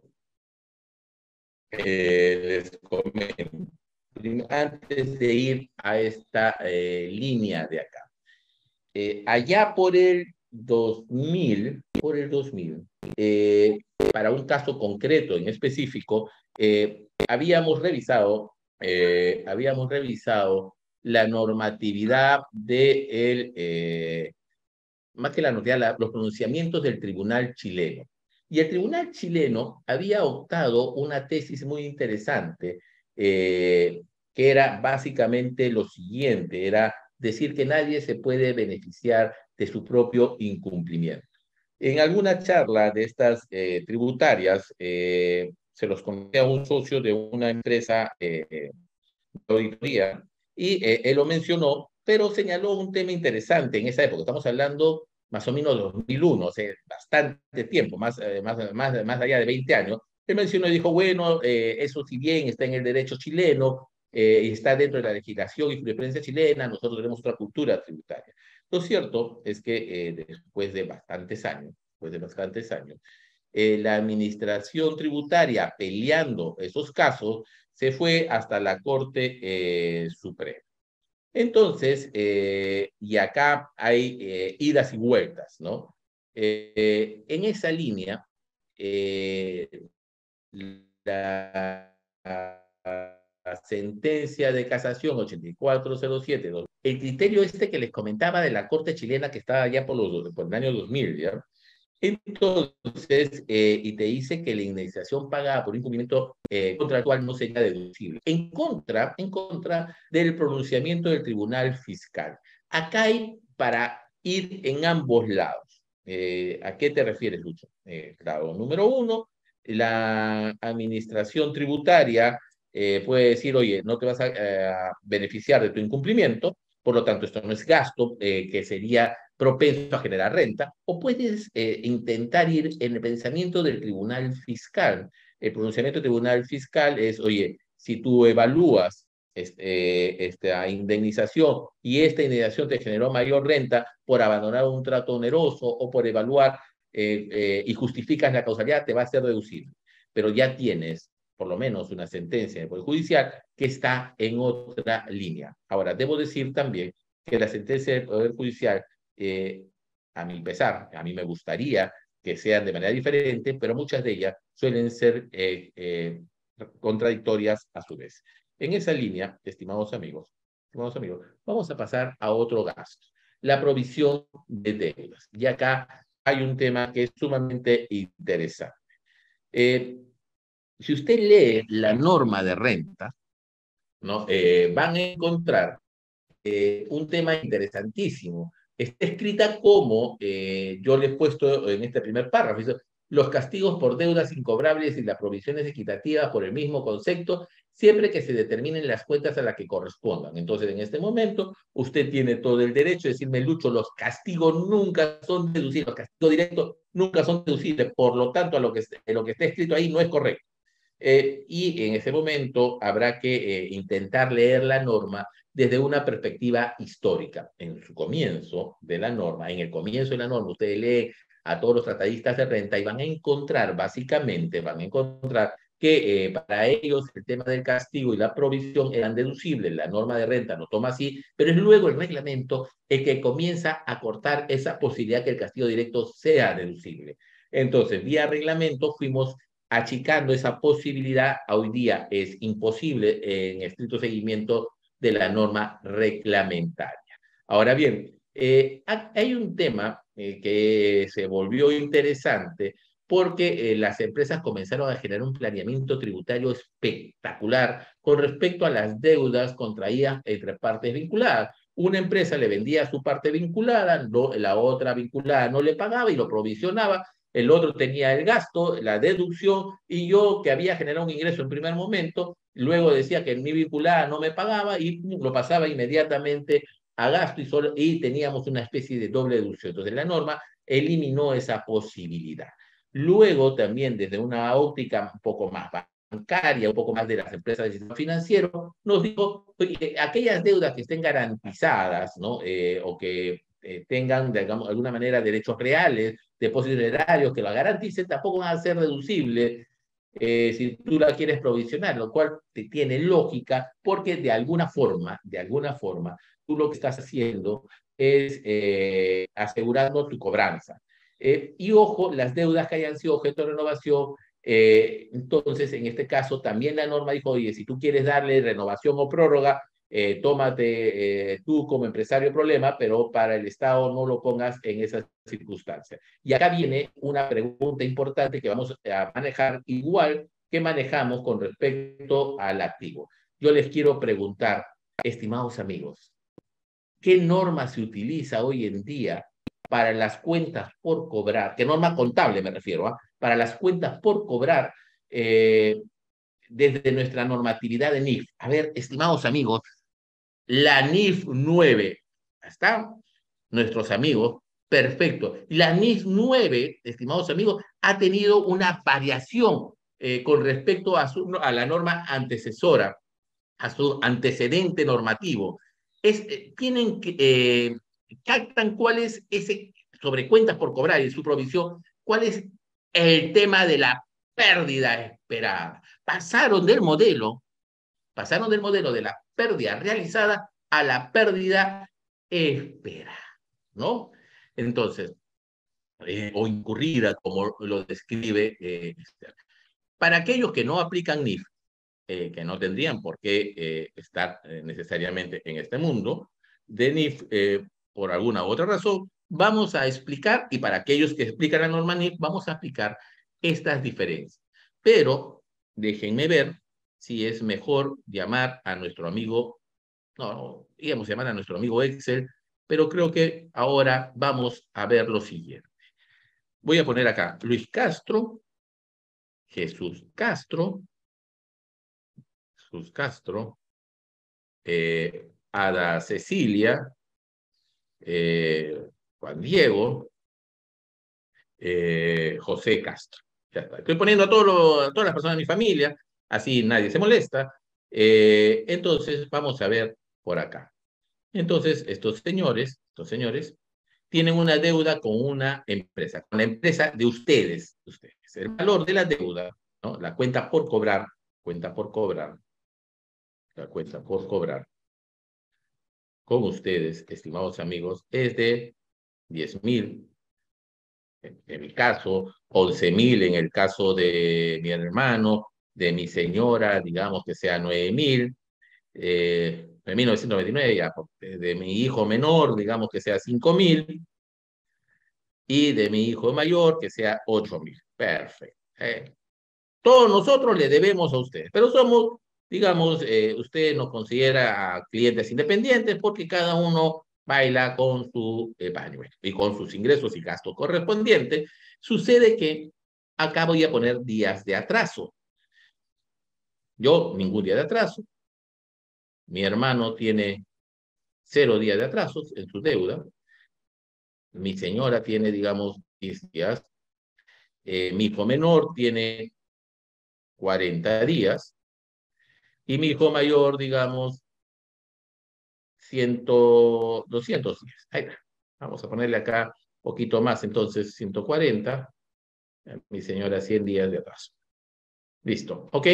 [SPEAKER 2] eh, les comento, antes de ir a esta eh, línea de acá. Eh, allá por el dos mil, por el dos mil, eh, para un caso concreto en específico, eh, habíamos revisado, eh, habíamos revisado la normatividad de el, eh, más que la normatividad, la, los pronunciamientos del tribunal chileno. Y el tribunal chileno había optado una tesis muy interesante, eh, que era básicamente lo siguiente, era decir que nadie se puede beneficiar de su propio incumplimiento. En alguna charla de estas eh, tributarias, eh, se los conté a un socio de una empresa eh, de auditoría y eh, él lo mencionó, pero señaló un tema interesante en esa época. Estamos hablando más o menos de dos mil uno, o sea, bastante tiempo, más, eh, más, más, más allá de veinte años. Él mencionó y dijo, bueno, eh, eso si bien está en el derecho chileno, eh, y está dentro de la legislación y jurisprudencia chilena, nosotros tenemos otra cultura tributaria. Lo cierto es que eh, después de bastantes años, después de bastantes años, eh, la administración tributaria peleando esos casos se fue hasta la Corte eh, Suprema. Entonces, eh, y acá hay eh, idas y vueltas, ¿no? Eh, en esa línea, eh, la, la sentencia de casación ochenta y cuatro cero siete, el criterio este que les comentaba de la Corte chilena que estaba ya por, los, por el año dos mil, ¿ya? Entonces, eh, y te dice que la indemnización pagada por incumplimiento eh, contractual no sería deducible. En contra, en contra del pronunciamiento del Tribunal Fiscal. Acá hay para ir en ambos lados. Eh, ¿A qué te refieres, Lucho? Eh, claro, número uno, la administración tributaria eh, puede decir, oye, no te vas a, eh, a beneficiar de tu incumplimiento, por lo tanto, esto no es gasto, eh, que sería propenso a generar renta, o puedes eh, intentar ir en el pensamiento del tribunal fiscal. El pronunciamiento del tribunal fiscal es, oye, si tú evalúas este, eh, esta indemnización y esta indemnización te generó mayor renta por abandonar un trato oneroso o por evaluar eh, eh, y justificas la causalidad, te va a ser deducible. Pero ya tienes por lo menos una sentencia del Poder Judicial que está en otra línea. Ahora, debo decir también que la sentencia del Poder Judicial, eh, a mi pesar, a mí me gustaría que sean de manera diferente, pero muchas de ellas suelen ser eh, eh, contradictorias a su vez. En esa línea, estimados amigos, estimados amigos, vamos a pasar a otro gasto, la provisión de deudas. Y acá hay un tema que es sumamente interesante. Eh, si usted lee la norma de renta, ¿no? Eh, van a encontrar eh, un tema interesantísimo. Está escrita como, eh, yo le he puesto en este primer párrafo, dice, los castigos por deudas incobrables y las provisiones equitativas por el mismo concepto, siempre que se determinen las cuentas a las que correspondan. Entonces, en este momento, usted tiene todo el derecho de decirme, Lucho, los castigos nunca son deducibles, los castigos directos nunca son deducibles, por lo tanto, a lo que, lo que está escrito ahí no es correcto. Eh, y en ese momento habrá que eh, intentar leer la norma desde una perspectiva histórica. En su comienzo de la norma, en el comienzo de la norma, ustedes leen a todos los tratadistas de renta y van a encontrar, básicamente, van a encontrar que eh, para ellos el tema del castigo y la provisión eran deducibles. La norma de renta no toma así, pero es luego el reglamento el que comienza a cortar esa posibilidad que el castigo directo sea deducible. Entonces, vía reglamento fuimos achicando esa posibilidad. Hoy día es imposible en estricto seguimiento de la norma reglamentaria. Ahora bien, eh, hay un tema eh, que se volvió interesante porque eh, las empresas comenzaron a generar un planeamiento tributario espectacular con respecto a las deudas contraídas entre partes vinculadas. Una empresa le vendía su parte vinculada, no, la otra vinculada no le pagaba y lo provisionaba, el otro tenía el gasto, la deducción, y yo que había generado un ingreso en primer momento, luego decía que mi vinculada no me pagaba y lo pasaba inmediatamente a gasto y, solo, y teníamos una especie de doble deducción. Entonces la norma eliminó esa posibilidad. Luego también desde una óptica un poco más bancaria, un poco más de las empresas del sistema financiero, nos dijo, oye, aquellas deudas que estén garantizadas, ¿no? Eh, o que eh, tengan, digamos, de alguna manera derechos reales, depósitos dinerarios que la garanticen, tampoco van a ser deducibles eh, si tú la quieres provisionar, lo cual te tiene lógica porque de alguna forma, de alguna forma, tú lo que estás haciendo es eh, asegurando tu cobranza. Eh, y ojo, las deudas que hayan sido objeto de renovación, eh, entonces en este caso también la norma dijo, oye, si tú quieres darle renovación o prórroga, eh, tómate eh, tú como empresario problema, pero para el Estado no lo pongas en esas circunstancias. Y acá viene una pregunta importante que vamos a manejar igual que manejamos con respecto al activo. Yo les quiero preguntar, estimados amigos, ¿qué norma se utiliza hoy en día para las cuentas por cobrar? ¿Qué norma contable me refiero? ¿ah? Para las cuentas por cobrar eh, desde nuestra normatividad de N I F. A ver, estimados amigos, la N I F nueve, ¿está? Nuestros amigos, perfecto. La N I F nueve, estimados amigos, ha tenido una variación eh, con respecto a, su, a la norma antecesora, a su antecedente normativo. Es, eh, tienen que, eh, captan cuál es ese, sobre cuentas por cobrar y su provisión, cuál es el tema de la pérdida esperada. Pasaron del modelo Pasaron del modelo de la pérdida realizada a la pérdida esperada, ¿no? Entonces, eh, o incurrida, como lo describe. Eh, para aquellos que no aplican N I F, eh, que no tendrían por qué eh, estar eh, necesariamente en este mundo, de N I F, eh, por alguna otra razón, vamos a explicar, y para aquellos que explican la norma N I F, vamos a explicar estas diferencias. Pero déjenme ver si es mejor llamar a nuestro amigo, no, no, íbamos a llamar a nuestro amigo Excel, pero creo que ahora vamos a ver lo siguiente. Voy a poner acá Luis Castro, Jesús Castro, Jesús Castro, eh, Ada Cecilia, eh, Juan Diego, eh, José Castro. Ya está. Estoy poniendo a, todo lo, a todas las personas de mi familia, así nadie se molesta. Eh, entonces, vamos a ver por acá. Entonces, estos señores, estos señores, tienen una deuda con una empresa, con la empresa de ustedes, ustedes. El valor de la deuda, ¿no? La cuenta por cobrar, cuenta por cobrar, la cuenta por cobrar con ustedes, estimados amigos, es de diez mil, en, en mi caso, once mil en el caso de mi hermano, de mi señora, digamos que sea nueve mil, eh, en mil novecientos noventa y nueve, ya, de, de mi hijo menor, digamos que sea cinco mil, y de mi hijo mayor, que sea ocho mil. Perfecto. Eh, todos nosotros le debemos a ustedes, pero somos, digamos, eh, usted nos considera a clientes independientes porque cada uno baila con su eh, baño y con sus ingresos y gastos correspondientes. Sucede que acá voy a poner días de atraso. Yo, ningún día de atraso. Mi hermano tiene cero días de atrasos en su deuda. Mi señora tiene, digamos, diez días. Eh, mi hijo menor tiene cuarenta días. Y mi hijo mayor, digamos, cien, doscientos días. Ahí va. Vamos a ponerle acá un poquito más, entonces ciento cuarenta. Mi señora, cien días de atraso. Listo. ¿Ok?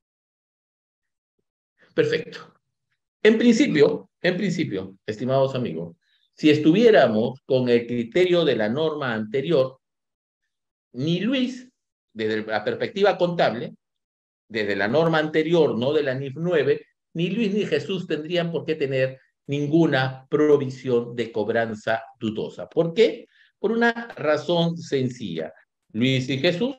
[SPEAKER 2] Perfecto. En principio, en principio, estimados amigos, si estuviéramos con el criterio de la norma anterior, ni Luis, desde la perspectiva contable, desde la norma anterior, no de la N I F nueve, ni Luis ni Jesús tendrían por qué tener ninguna provisión de cobranza dudosa. ¿Por qué? Por una razón sencilla. Luis y Jesús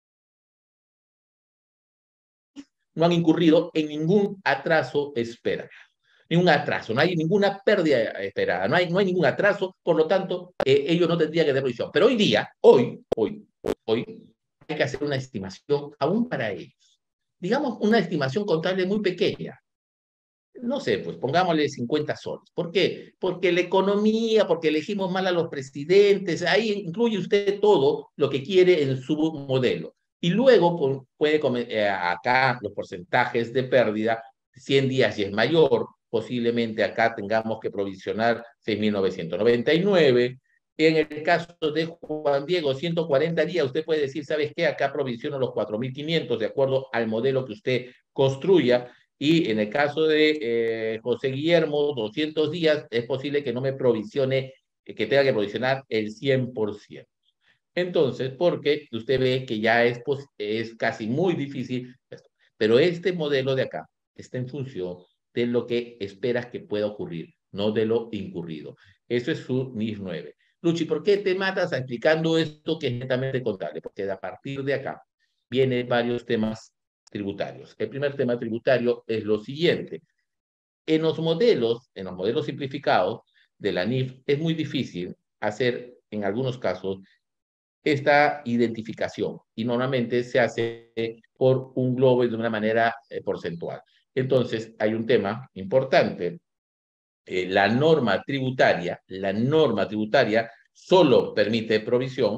[SPEAKER 2] no han incurrido en ningún atraso esperado. Ningún atraso, no hay ninguna pérdida esperada, no hay, no hay ningún atraso, por lo tanto, eh, ellos no tendrían que tener provisión. Pero hoy día, hoy, hoy, hoy, hoy, hay que hacer una estimación aún para ellos. Digamos, una estimación contable muy pequeña. No sé, pues pongámosle cincuenta soles. ¿Por qué? Porque la economía, porque elegimos mal a los presidentes, ahí incluye usted todo lo que quiere en su modelo. Y luego puede, eh, acá los porcentajes de pérdida, cien días y es mayor, posiblemente acá tengamos que provisionar seis mil novecientos noventa y nueve. En el caso de Juan Diego, ciento cuarenta días, usted puede decir, ¿sabes qué? Acá provisiono los cuatro mil quinientos de acuerdo al modelo que usted construya. Y en el caso de eh, José Guillermo, doscientos días, es posible que no me provisione, que tenga que provisionar el cien por ciento. Entonces, porque usted ve que ya es, es casi muy difícil esto. Pero este modelo de acá está en función de lo que esperas que pueda ocurrir, no de lo incurrido. Eso es su N I F nueve. Luchi, ¿por qué te matas explicando esto que es netamente contable? Porque a partir de acá vienen varios temas tributarios. El primer tema tributario es lo siguiente. En los modelos, en los modelos simplificados de la N I F, es muy difícil hacer, en algunos casos, esta identificación y normalmente se hace por un globo y de una manera eh, porcentual. Entonces, hay un tema importante. Eh, la norma tributaria, la norma tributaria solo permite provisión,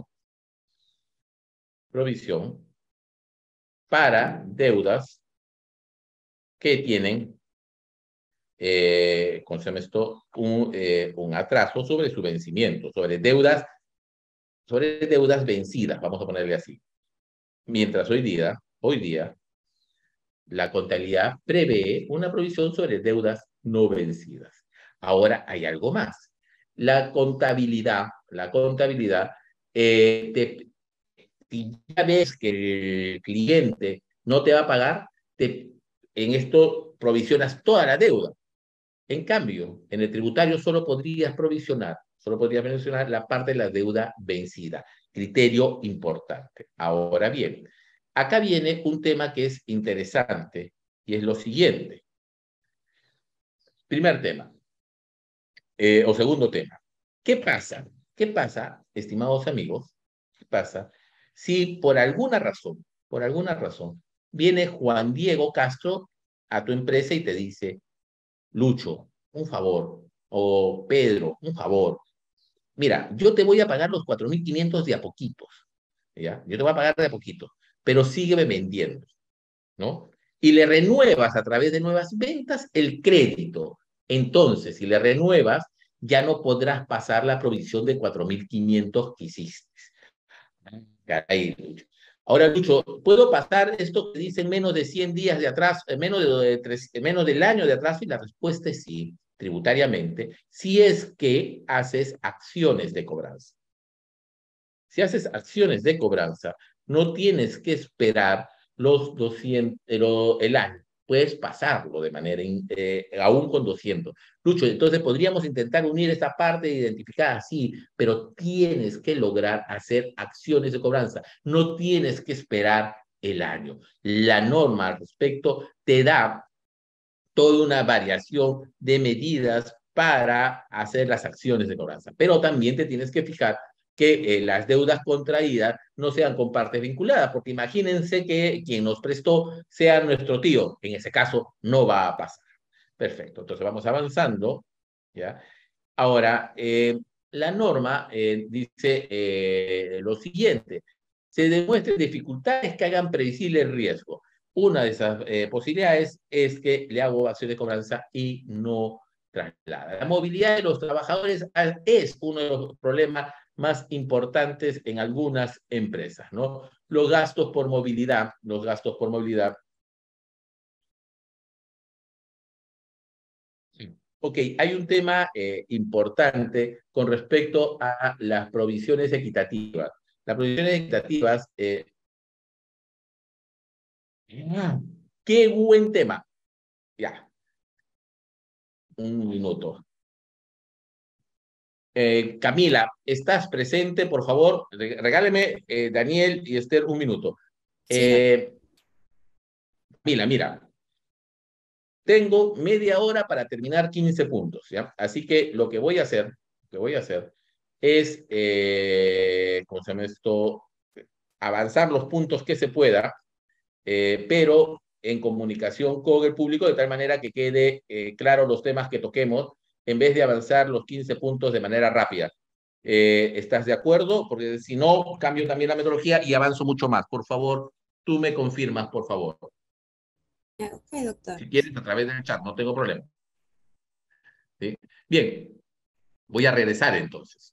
[SPEAKER 2] provisión para deudas que tienen, eh, ¿cómo se llama esto? Un, eh, un atraso sobre su vencimiento, sobre deudas, sobre deudas vencidas, vamos a ponerle así. Mientras hoy día, hoy día, la contabilidad prevé una provisión sobre deudas no vencidas. Ahora hay algo más. La contabilidad, la contabilidad, eh, te, si ya ves que el cliente no te va a pagar, te, en esto provisionas toda la deuda. En cambio, en el tributario solo podrías provisionar Solo podría mencionar la parte de la deuda vencida. Criterio importante. Ahora bien, acá viene un tema que es interesante y es lo siguiente. Primer tema, eh, o segundo tema. ¿Qué pasa? ¿Qué pasa, estimados amigos? ¿Qué pasa si por alguna razón, por alguna razón, viene Juan Diego Castro a tu empresa y te dice, Lucho, un favor, o Pedro, un favor, mira, yo te voy a pagar los cuatro mil quinientos de a poquitos, ¿ya? Yo te voy a pagar de a poquitos, pero sígueme vendiendo, ¿no? Y le renuevas a través de nuevas ventas el crédito. Entonces, si le renuevas, ya no podrás pasar la provisión de cuatro mil quinientos que hiciste. Caray, Lucho. Ahora, Lucho, ¿puedo pasar esto que dicen menos de cien días de atrás, eh, menos, de, tres, eh, menos del año de atraso? Y la respuesta es sí, tributariamente, si es que haces acciones de cobranza. Si haces acciones de cobranza, no tienes que esperar los doscientos, el, el año. Puedes pasarlo de manera, eh, aún con doscientos. Lucho, entonces podríamos intentar unir esta parte identificada así, pero tienes que lograr hacer acciones de cobranza. No tienes que esperar el año. La norma al respecto te da toda una variación de medidas para hacer las acciones de cobranza. Pero también te tienes que fijar que eh, las deudas contraídas no sean con partes vinculadas, porque imagínense que quien nos prestó sea nuestro tío. En ese caso, no va a pasar. Perfecto. Entonces vamos avanzando. ¿Ya? Ahora, eh, la norma eh, dice eh, lo siguiente. Se demuestren dificultades que hagan previsible el riesgo. Una de esas eh, posibilidades es que le hago acción de cobranza y no traslada. La movilidad de los trabajadores es uno de los problemas más importantes en algunas empresas, ¿no? Los gastos por movilidad, los gastos por movilidad. Ok, hay un tema eh, importante con respecto a las provisiones equitativas. Las provisiones equitativas, eh, qué buen tema. Ya, un minuto. Eh, Camila, ¿estás presente? Por favor, regáleme, eh, Daniel y Esther, un minuto.
[SPEAKER 3] Sí, doctor.
[SPEAKER 2] Eh, Camila, mira, tengo media hora para terminar quince puntos, ¿ya? Así que lo que voy a hacer, lo que voy a hacer es, eh, ¿cómo se llama esto? Avanzar los puntos que se pueda, eh, pero en comunicación con el público de tal manera que quede eh, claro los temas que toquemos en vez de avanzar los quince puntos de manera rápida. Eh, ¿Estás de acuerdo? Porque si no, cambio también la metodología y avanzo mucho más. Por favor, tú me confirmas, por favor.
[SPEAKER 3] Ya, ok, doctor.
[SPEAKER 2] Si quieres, a través del chat, no tengo problema. ¿Sí? Bien, voy a regresar entonces.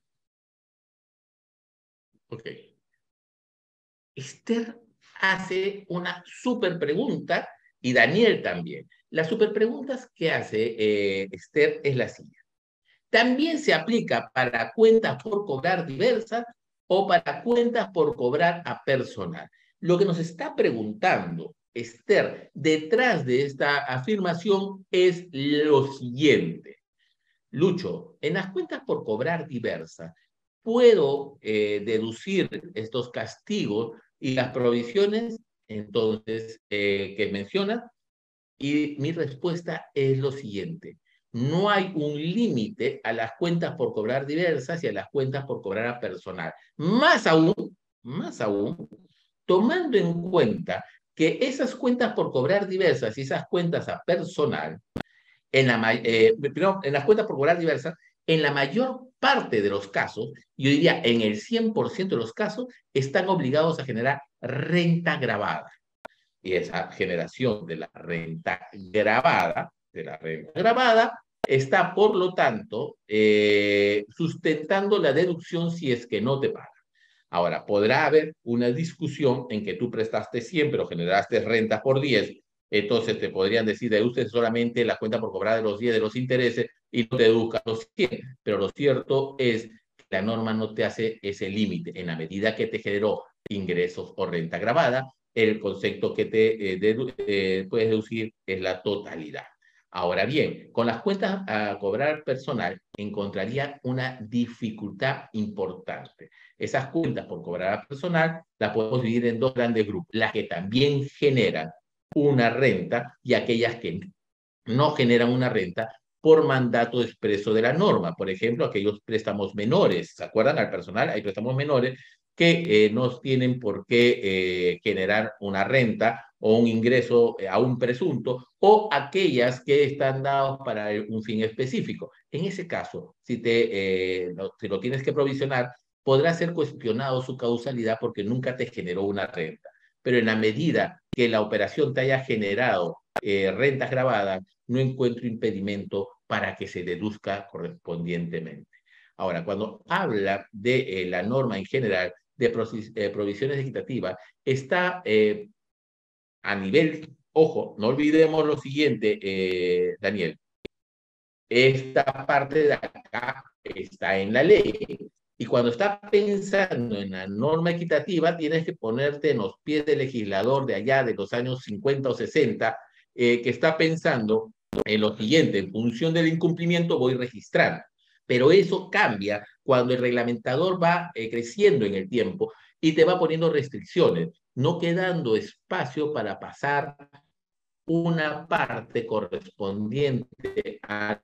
[SPEAKER 2] Ok. Esther hace una súper pregunta y Daniel también. Las super preguntas que hace eh, Esther es la siguiente. ¿También se aplica para cuentas por cobrar diversas o para cuentas por cobrar a personal? Lo que nos está preguntando Esther detrás de esta afirmación es lo siguiente. Lucho, en las cuentas por cobrar diversas, ¿puedo eh, deducir estos castigos y las provisiones entonces eh, que menciona? Y mi respuesta es lo siguiente. No hay un límite a las cuentas por cobrar diversas y a las cuentas por cobrar a personal. Más aún, más aún, tomando en cuenta que esas cuentas por cobrar diversas y esas cuentas a personal en, la, eh, primero, en las cuentas por cobrar diversas, en la mayor parte de los casos, yo diría en el cien por ciento de los casos, están obligados a generar renta grabada. Y esa generación de la renta grabada, de la renta grabada, está, por lo tanto, eh, sustentando la deducción si es que no te pagan. Ahora, podrá haber una discusión en que tú prestaste cien, pero generaste renta por diez, entonces te podrían decir, deduces solamente la cuenta por cobrar de los diez de los intereses y no te deduzcas los cien, pero lo cierto es que la norma no te hace ese límite. En la medida que te generó ingresos o renta grabada, el concepto que te eh, dedu eh, puedes deducir es la totalidad. Ahora bien, con las cuentas a cobrar personal encontraría una dificultad importante. Esas cuentas por cobrar a personal las podemos dividir en dos grandes grupos, las que también generan una renta y aquellas que no generan una renta por mandato expreso de la norma. Por ejemplo, aquellos préstamos menores. ¿Se acuerdan? Al personal hay préstamos menores que eh, no tienen por qué eh, generar una renta o un ingreso eh, a un presunto, o aquellas que están dados para un fin específico. En ese caso, si, te, eh, lo, si lo tienes que provisionar, podrá ser cuestionado su causalidad porque nunca te generó una renta. Pero en la medida que la operación te haya generado eh, rentas grabadas, no encuentro impedimento para que se deduzca correspondientemente. Ahora, cuando habla de eh, la norma en general de eh, provisiones equitativas, está eh, a nivel, ojo, no olvidemos lo siguiente, eh, Daniel, esta parte de acá está en la ley. Y cuando estás pensando en la norma equitativa, tienes que ponerte en los pies del legislador de allá de los años cincuenta o sesenta, eh, que está pensando en lo siguiente: en función del incumplimiento voy registrando. Pero eso cambia cuando el reglamentador va eh, creciendo en el tiempo y te va poniendo restricciones, no quedando espacio para pasar una parte correspondiente a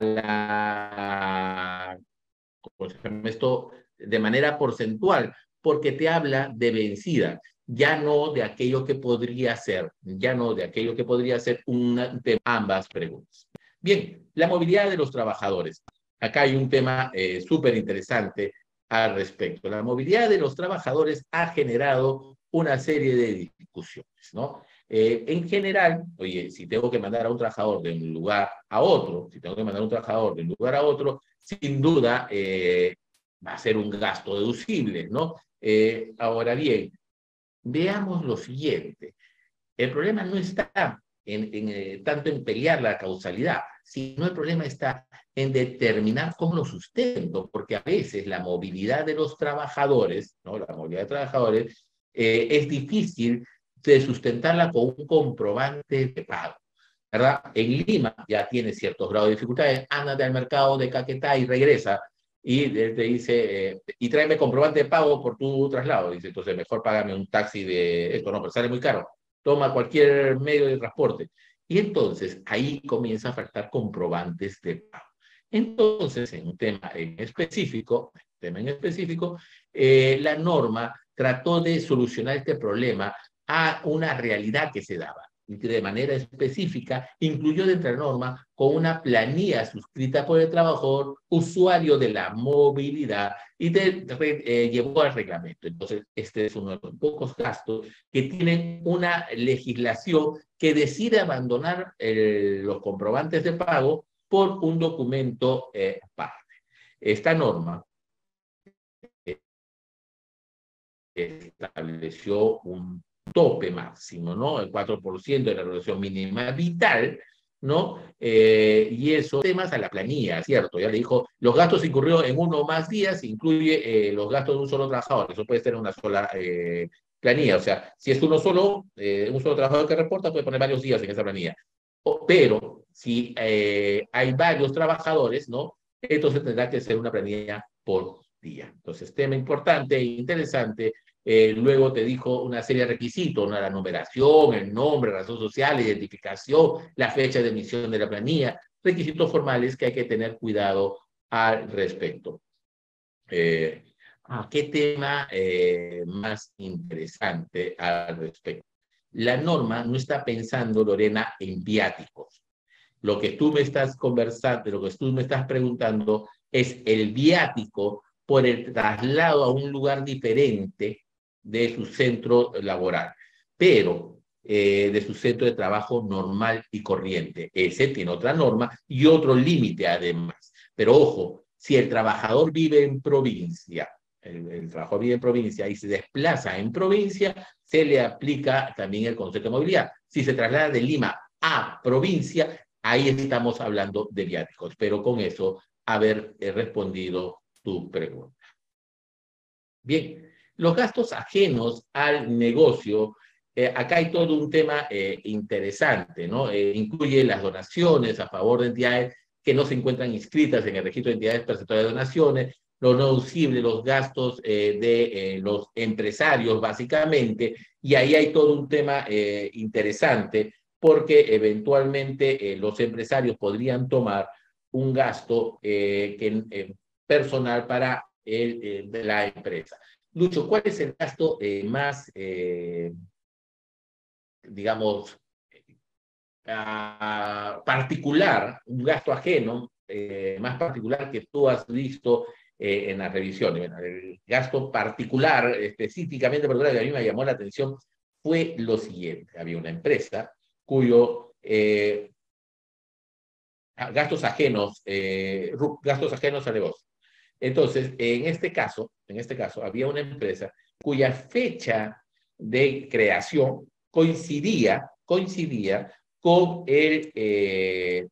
[SPEAKER 2] la, ¿cómo se llama esto? De manera porcentual, porque te habla de vencida, ya no de aquello que podría ser, ya no de aquello que podría ser una de ambas preguntas. Bien, la movilidad de los trabajadores. Acá hay un tema eh, súper interesante al respecto. La movilidad de los trabajadores ha generado una serie de discusiones, ¿no? Eh, en general, oye, si tengo que mandar a un trabajador de un lugar a otro, si tengo que mandar a un trabajador de un lugar a otro, sin duda eh, va a ser un gasto deducible, ¿no? Eh, ahora bien, veamos lo siguiente. El problema no está en, en, eh, tanto en pelear la causalidad, sino el problema está en determinar cómo lo sustento, porque a veces la movilidad de los trabajadores, ¿no? La movilidad de trabajadores eh, es difícil de sustentarla con un comprobante de pago, ¿verdad? En Lima ya tiene ciertos grados de dificultades, ándate al mercado de Caquetá y regresa, y te dice, eh, y tráeme comprobante de pago por tu traslado. Dice, entonces mejor págame un taxi de esto, no, pero sale muy caro. Toma cualquier medio de transporte. Y entonces ahí comienza a faltar comprobantes de pago. Entonces, en un tema en específico, tema en específico, eh, la norma trató de solucionar este problema a una realidad que se daba. Y que de manera específica incluyó dentro de la norma con una planilla suscrita por el trabajador, usuario de la movilidad, y te eh, llevó al reglamento. Entonces, este es uno de los pocos gastos que tienen una legislación que decide abandonar el, los comprobantes de pago por un documento eh, aparte. Esta norma eh, estableció un tope máximo, ¿no? El cuatro por ciento de la reducción mínima vital, ¿no? Eh, y eso, temas a la planilla, ¿cierto? Ya le dijo, los gastos incurridos en uno o más días incluye eh, los gastos de un solo trabajador. Eso puede ser una sola eh, planilla. O sea, si es uno solo, eh, un solo trabajador que reporta, puede poner varios días en esa planilla. O, pero si eh, hay varios trabajadores, ¿no? Entonces tendrá que ser una planilla por día. Entonces, tema importante e interesante. Eh, luego te dijo una serie de requisitos, ¿no? La numeración, el nombre, razón social, identificación, la fecha de emisión de la planilla, requisitos formales que hay que tener cuidado al respecto. Eh, ah, ¿Qué tema eh, más interesante al respecto? La norma no está pensando, Lorena, en viáticos. Lo que tú me estás conversando, lo que tú me estás preguntando es el viático por el traslado a un lugar diferente de su centro laboral, pero eh, de su centro de trabajo normal y corriente. Ese tiene otra norma y otro límite además. Pero ojo, si el trabajador vive en provincia, el, el trabajador vive en provincia y se desplaza en provincia, se le aplica también el concepto de movilidad. Si se traslada de Lima a provincia, ahí estamos hablando de viáticos. Pero con eso haber eh, respondido tu pregunta. Bien, los gastos ajenos al negocio eh, acá hay todo un tema eh, interesante, ¿no? Eh, incluye las donaciones a favor de entidades que no se encuentran inscritas en el registro de entidades perceptoras de donaciones, los no deducibles, los gastos eh, de eh, los empresarios, básicamente, y ahí hay todo un tema eh, interesante, porque eventualmente eh, los empresarios podrían tomar un gasto eh, que, eh, personal para el, eh, de la empresa. Lucho, ¿cuál es el gasto eh, más, eh, digamos, uh, particular, un gasto ajeno, eh, más particular que tú has visto eh, en la revisión? El gasto particular, específicamente particular, que a mí me llamó la atención, fue lo siguiente. Había una empresa cuyo eh, gastos ajenos, eh, gastos ajenos al negocio. Entonces, en este caso, en este caso, había una empresa cuya fecha de creación coincidía, coincidía con el, eh,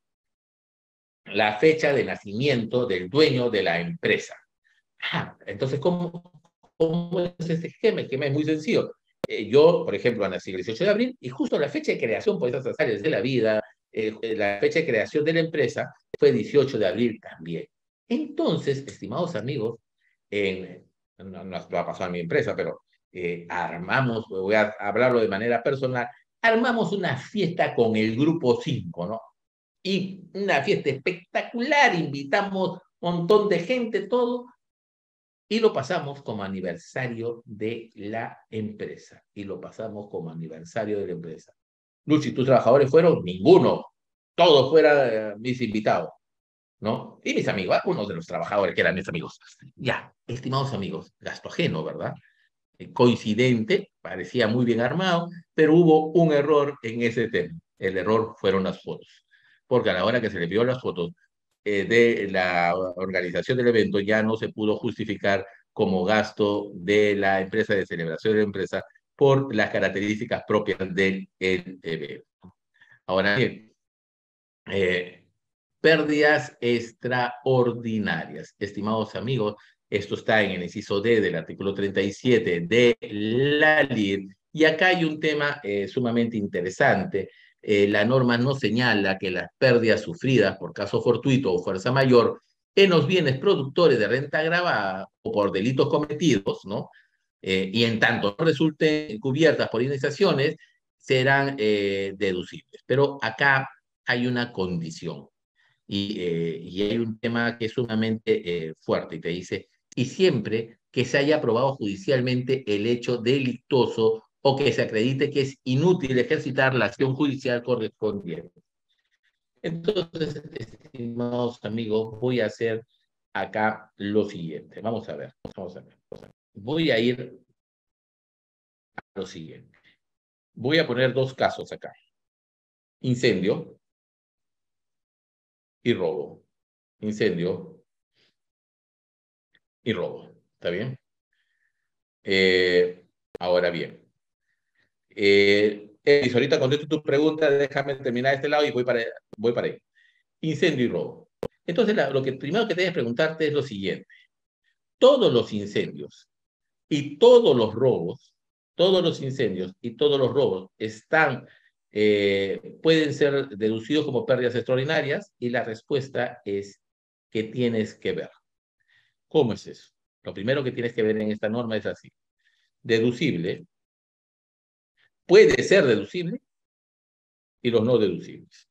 [SPEAKER 2] la fecha de nacimiento del dueño de la empresa. Ah, entonces, ¿cómo, ¿cómo es este esquema? El esquema es muy sencillo. Eh, yo, por ejemplo, nací el dieciocho de abril y justo la fecha de creación por esas áreas de la vida, eh, la fecha de creación de la empresa fue dieciocho de abril también. Entonces, estimados amigos, en, no, no va a pasar a mi empresa, pero eh, armamos, voy a hablarlo de manera personal, armamos una fiesta con el grupo cinco, ¿no? Y una fiesta espectacular, invitamos un montón de gente, todo, y lo pasamos como aniversario de la empresa. Y lo pasamos como aniversario de la empresa. Luchi, ¿tus trabajadores fueron? Ninguno. Todos fueran eh, mis invitados, ¿no? Y mis amigos, algunos de los trabajadores que eran mis amigos. Ya, estimados amigos, gasto ajeno, ¿verdad? Eh, coincidente, parecía muy bien armado, pero hubo un error en ese tema. El error fueron las fotos. Porque a la hora que se le vio las fotos eh, de la organización del evento, ya no se pudo justificar como gasto de la empresa, de celebración de la empresa, por las características propias del evento. Ahora bien, eh, pérdidas extraordinarias. Estimados amigos, esto está en el inciso D del artículo treinta y siete de la L I R, y acá hay un tema eh, sumamente interesante. Eh, la norma no señala que las pérdidas sufridas por caso fortuito o fuerza mayor en los bienes productores de renta agravada o por delitos cometidos, ¿no? Eh, y en tanto no resulten cubiertas por indemnizaciones, serán eh, deducibles. Pero acá hay una condición. Y, eh, y hay un tema que es sumamente eh, fuerte y te dice, y siempre que se haya aprobado judicialmente el hecho delictuoso o que se acredite que es inútil ejercitar la acción judicial correspondiente. Entonces, estimados amigos, voy a hacer acá lo siguiente. Vamos a ver, vamos a ver. Voy a ir a lo siguiente. Voy a poner dos casos acá. Incendio y robo. Incendio y robo. ¿Está bien? Eh, ahora bien, eh, Elis, ahorita contesto tu pregunta, déjame terminar este lado y voy para, voy para ahí. Incendio y robo. Entonces, la, lo que primero que debes preguntarte es lo siguiente. Todos los incendios y todos los robos, todos los incendios y todos los robos están, eh, pueden ser deducidos como pérdidas extraordinarias, y la respuesta es que tienes que ver. ¿Cómo es eso? Lo primero que tienes que ver en esta norma es así. Deducible puede ser deducible y los no deducibles.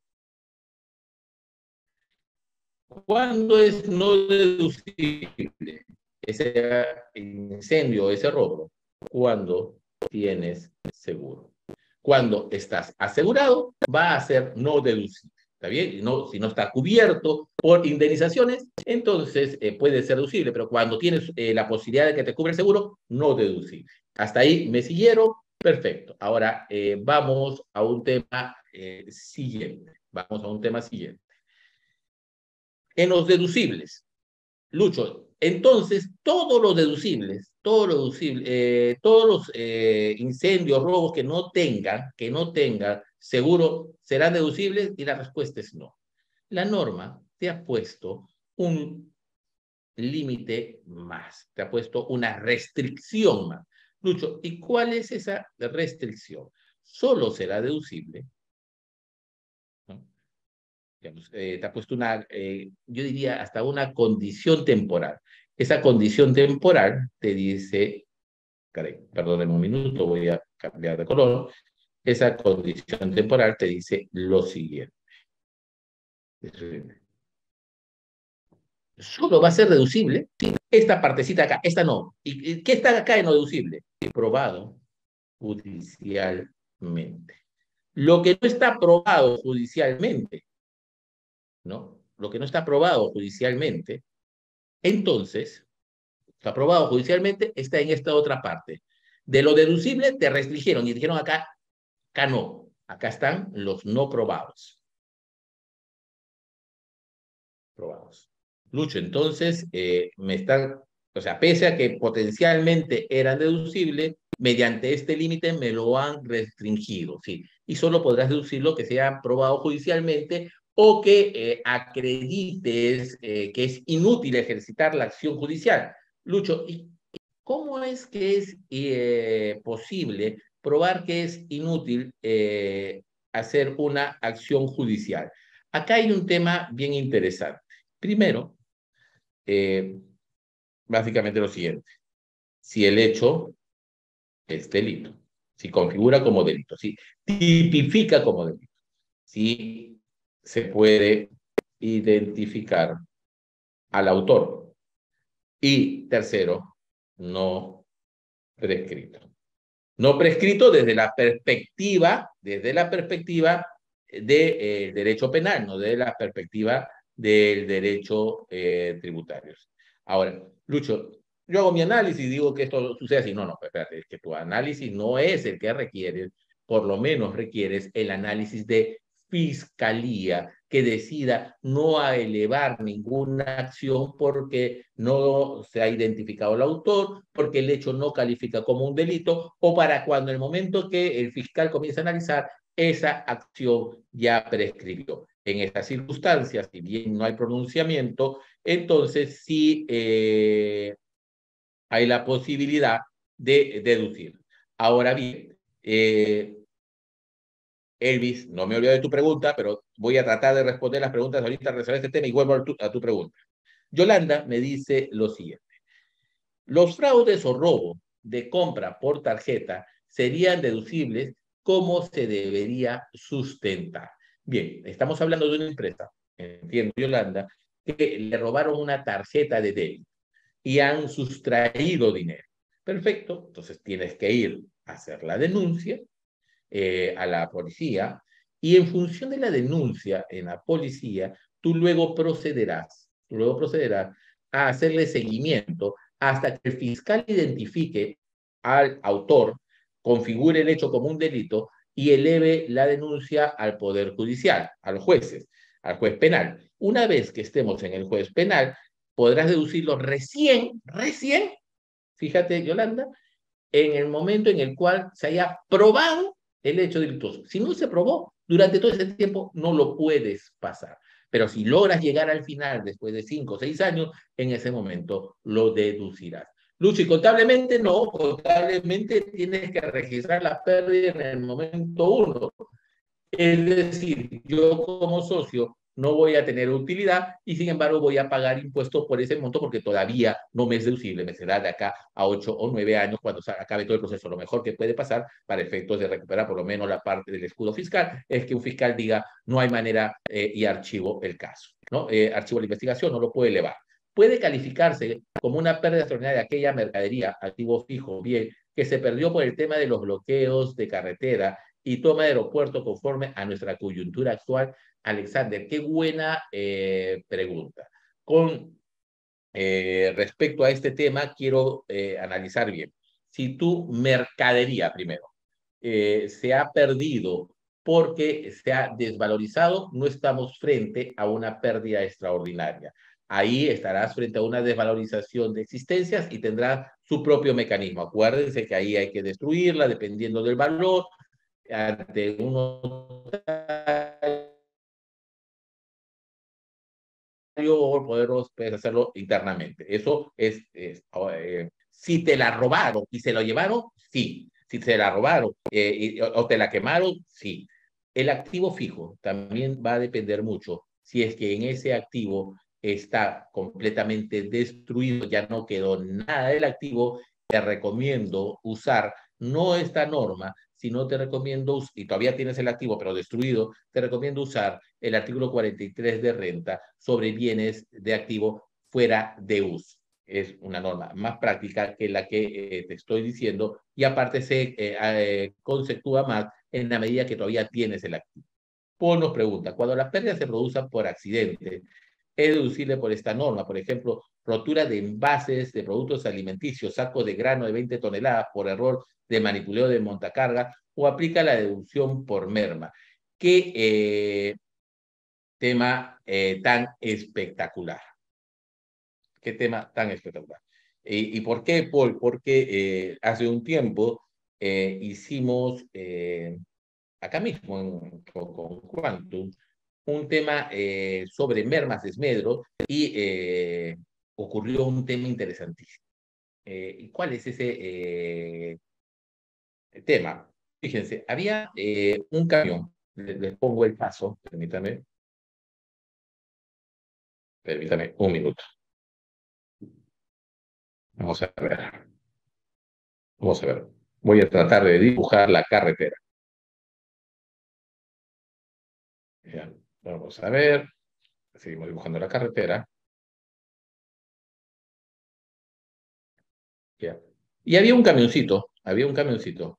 [SPEAKER 2] ¿Cuándo es no deducible ese incendio, ese robo? Cuando tienes seguro. Cuando estás asegurado, va a ser no deducible. ¿Está bien? No, si no está cubierto por indemnizaciones, entonces eh, puede ser deducible, pero cuando tienes eh, la posibilidad de que te cubre el seguro, no deducible. Hasta ahí me siguieron. Perfecto. Ahora eh, vamos a un tema eh, siguiente. Vamos a un tema siguiente. En los deducibles, Lucho, entonces todos los deducibles, todos los, deducibles, eh, todos los eh, incendios, robos que no tengan, que no tengan seguro, serán deducibles, y la respuesta es no. La norma te ha puesto un límite más, te ha puesto una restricción más. Lucho, ¿y cuál es esa restricción? solo será deducible, ¿no? Digamos, eh, te ha puesto una, eh, yo diría, hasta una condición temporal. Esa condición temporal te dice, caray, perdónenme un minuto, voy a cambiar de color. Esa condición temporal te dice lo siguiente. Solo va a ser deducible esta partecita acá, esta no. ¿Y qué está acá en lo deducible? Probado judicialmente. Lo que no está probado judicialmente, ¿no? Lo que no está probado judicialmente, entonces, está probado judicialmente, está en esta otra parte. De lo deducible te restringieron y dijeron acá, acá no. Acá están los no probados. Probados. Lucho, entonces, eh, me están, o sea, pese a que potencialmente eran deducibles, mediante este límite me lo han restringido, ¿sí? Y solo podrás deducir lo que sea probado judicialmente o que eh, acredites eh, que es inútil ejercitar la acción judicial. Lucho, ¿y cómo es que es eh, posible probar que es inútil eh, hacer una acción judicial? Acá hay un tema bien interesante. Primero, eh, básicamente lo siguiente. Si el hecho es delito, si configura como delito, si tipifica como delito, si se puede identificar al autor. Y tercero, no prescrito. No prescrito desde la perspectiva, desde la perspectiva del de, eh, derecho penal, no desde la perspectiva del derecho eh, tributario. Ahora, Lucho, yo hago mi análisis y digo que esto sucede así. No, no, espérate, es que tu análisis no es el que requieres, por lo menos requieres el análisis de fiscalía que decida no a elevar ninguna acción porque no se ha identificado el autor, porque el hecho no califica como un delito, o para cuando en el momento que el fiscal comienza a analizar, esa acción ya prescribió. En estas circunstancias, si bien no hay pronunciamiento, entonces sí eh, hay la posibilidad de deducir. Ahora bien, eh, Elvis, no me olvido de tu pregunta, pero voy a tratar de responder las preguntas ahorita, resolver este tema y vuelvo a tu, a tu pregunta. Yolanda me dice lo siguiente. Los fraudes o robo de compra por tarjeta serían deducibles. ¿Cómo se debería sustentar? Bien, estamos hablando de una empresa, entiendo, Yolanda, que le robaron una tarjeta de débito y han sustraído dinero. Perfecto, entonces tienes que ir a hacer la denuncia eh, a la policía y en función de la denuncia en la policía, tú luego procederás, tú luego procederás a hacerle seguimiento hasta que el fiscal identifique al autor, configure el hecho como un delito y eleve la denuncia al Poder Judicial, a los jueces, al juez penal. Una vez que estemos en el juez penal, podrás deducirlo recién, recién, fíjate, Yolanda, en el momento en el cual se haya probado el hecho delictuoso. Si no se probó, durante todo ese tiempo no lo puedes pasar. Pero si logras llegar al final, después de cinco o seis años, en ese momento lo deducirás. Lucho, y contablemente no, contablemente tienes que registrar la pérdida en el momento uno. Es decir, yo como socio no voy a tener utilidad y sin embargo voy a pagar impuestos por ese monto porque todavía no me es deducible, me será de acá a ocho o nueve años cuando acabe todo el proceso. Lo mejor que puede pasar para efectos de recuperar por lo menos la parte del escudo fiscal es que un fiscal diga no hay manera eh, y archivo el caso, ¿no? Eh, archivo la investigación, no lo puede elevar. Puede calificarse como una pérdida extraordinaria de aquella mercadería, activo fijo, bien, que se perdió por el tema de los bloqueos de carretera y toma de aeropuerto conforme a nuestra coyuntura actual. Alexander, qué buena eh, pregunta. Con eh, respecto a este tema, quiero eh, analizar bien. Si tu mercadería, primero, eh, se ha perdido porque se ha desvalorizado, no estamos frente a una pérdida extraordinaria. Ahí estarás frente a una desvalorización de existencias y tendrá su propio mecanismo. Acuérdense que ahí hay que destruirla dependiendo del valor, ante un o poderlos puedes hacerlo internamente. Eso es, es eh, si te la robaron y se lo llevaron, sí. Si se la robaron eh, y, o te la quemaron, sí. El activo fijo también va a depender mucho si es que en ese activo está completamente destruido, ya no quedó nada del activo. Te recomiendo usar no esta norma, sino te recomiendo, y todavía tienes el activo pero destruido, te recomiendo usar el artículo cuarenta y tres de renta sobre bienes de activo fuera de uso. Es una norma más práctica que la que eh, te estoy diciendo, y aparte se eh, eh, conceptúa más en la medida que todavía tienes el activo. Paul nos pregunta, cuando las pérdidas se producen por accidente, es deducible por esta norma, por ejemplo, rotura de envases de productos alimenticios, sacos de grano de veinte toneladas por error de manipuleo de montacarga, o aplica la deducción por merma. ¿Qué eh, tema eh, tan espectacular? ¿Qué tema tan espectacular? ¿Y, y por qué, Paul? Porque eh, hace un tiempo eh, hicimos, eh, acá mismo en, con, con Quantum, un tema eh, sobre mermas de esmedro y eh, ocurrió un tema interesantísimo. Eh, ¿Y cuál es ese eh, tema? Fíjense, había eh, un camión, les, les pongo el paso, permítame, permítame un minuto. Vamos a ver, vamos a ver. Voy a tratar de dibujar la carretera. Ya, vamos a ver, seguimos dibujando la carretera. Ya. Y había un camioncito, había un camioncito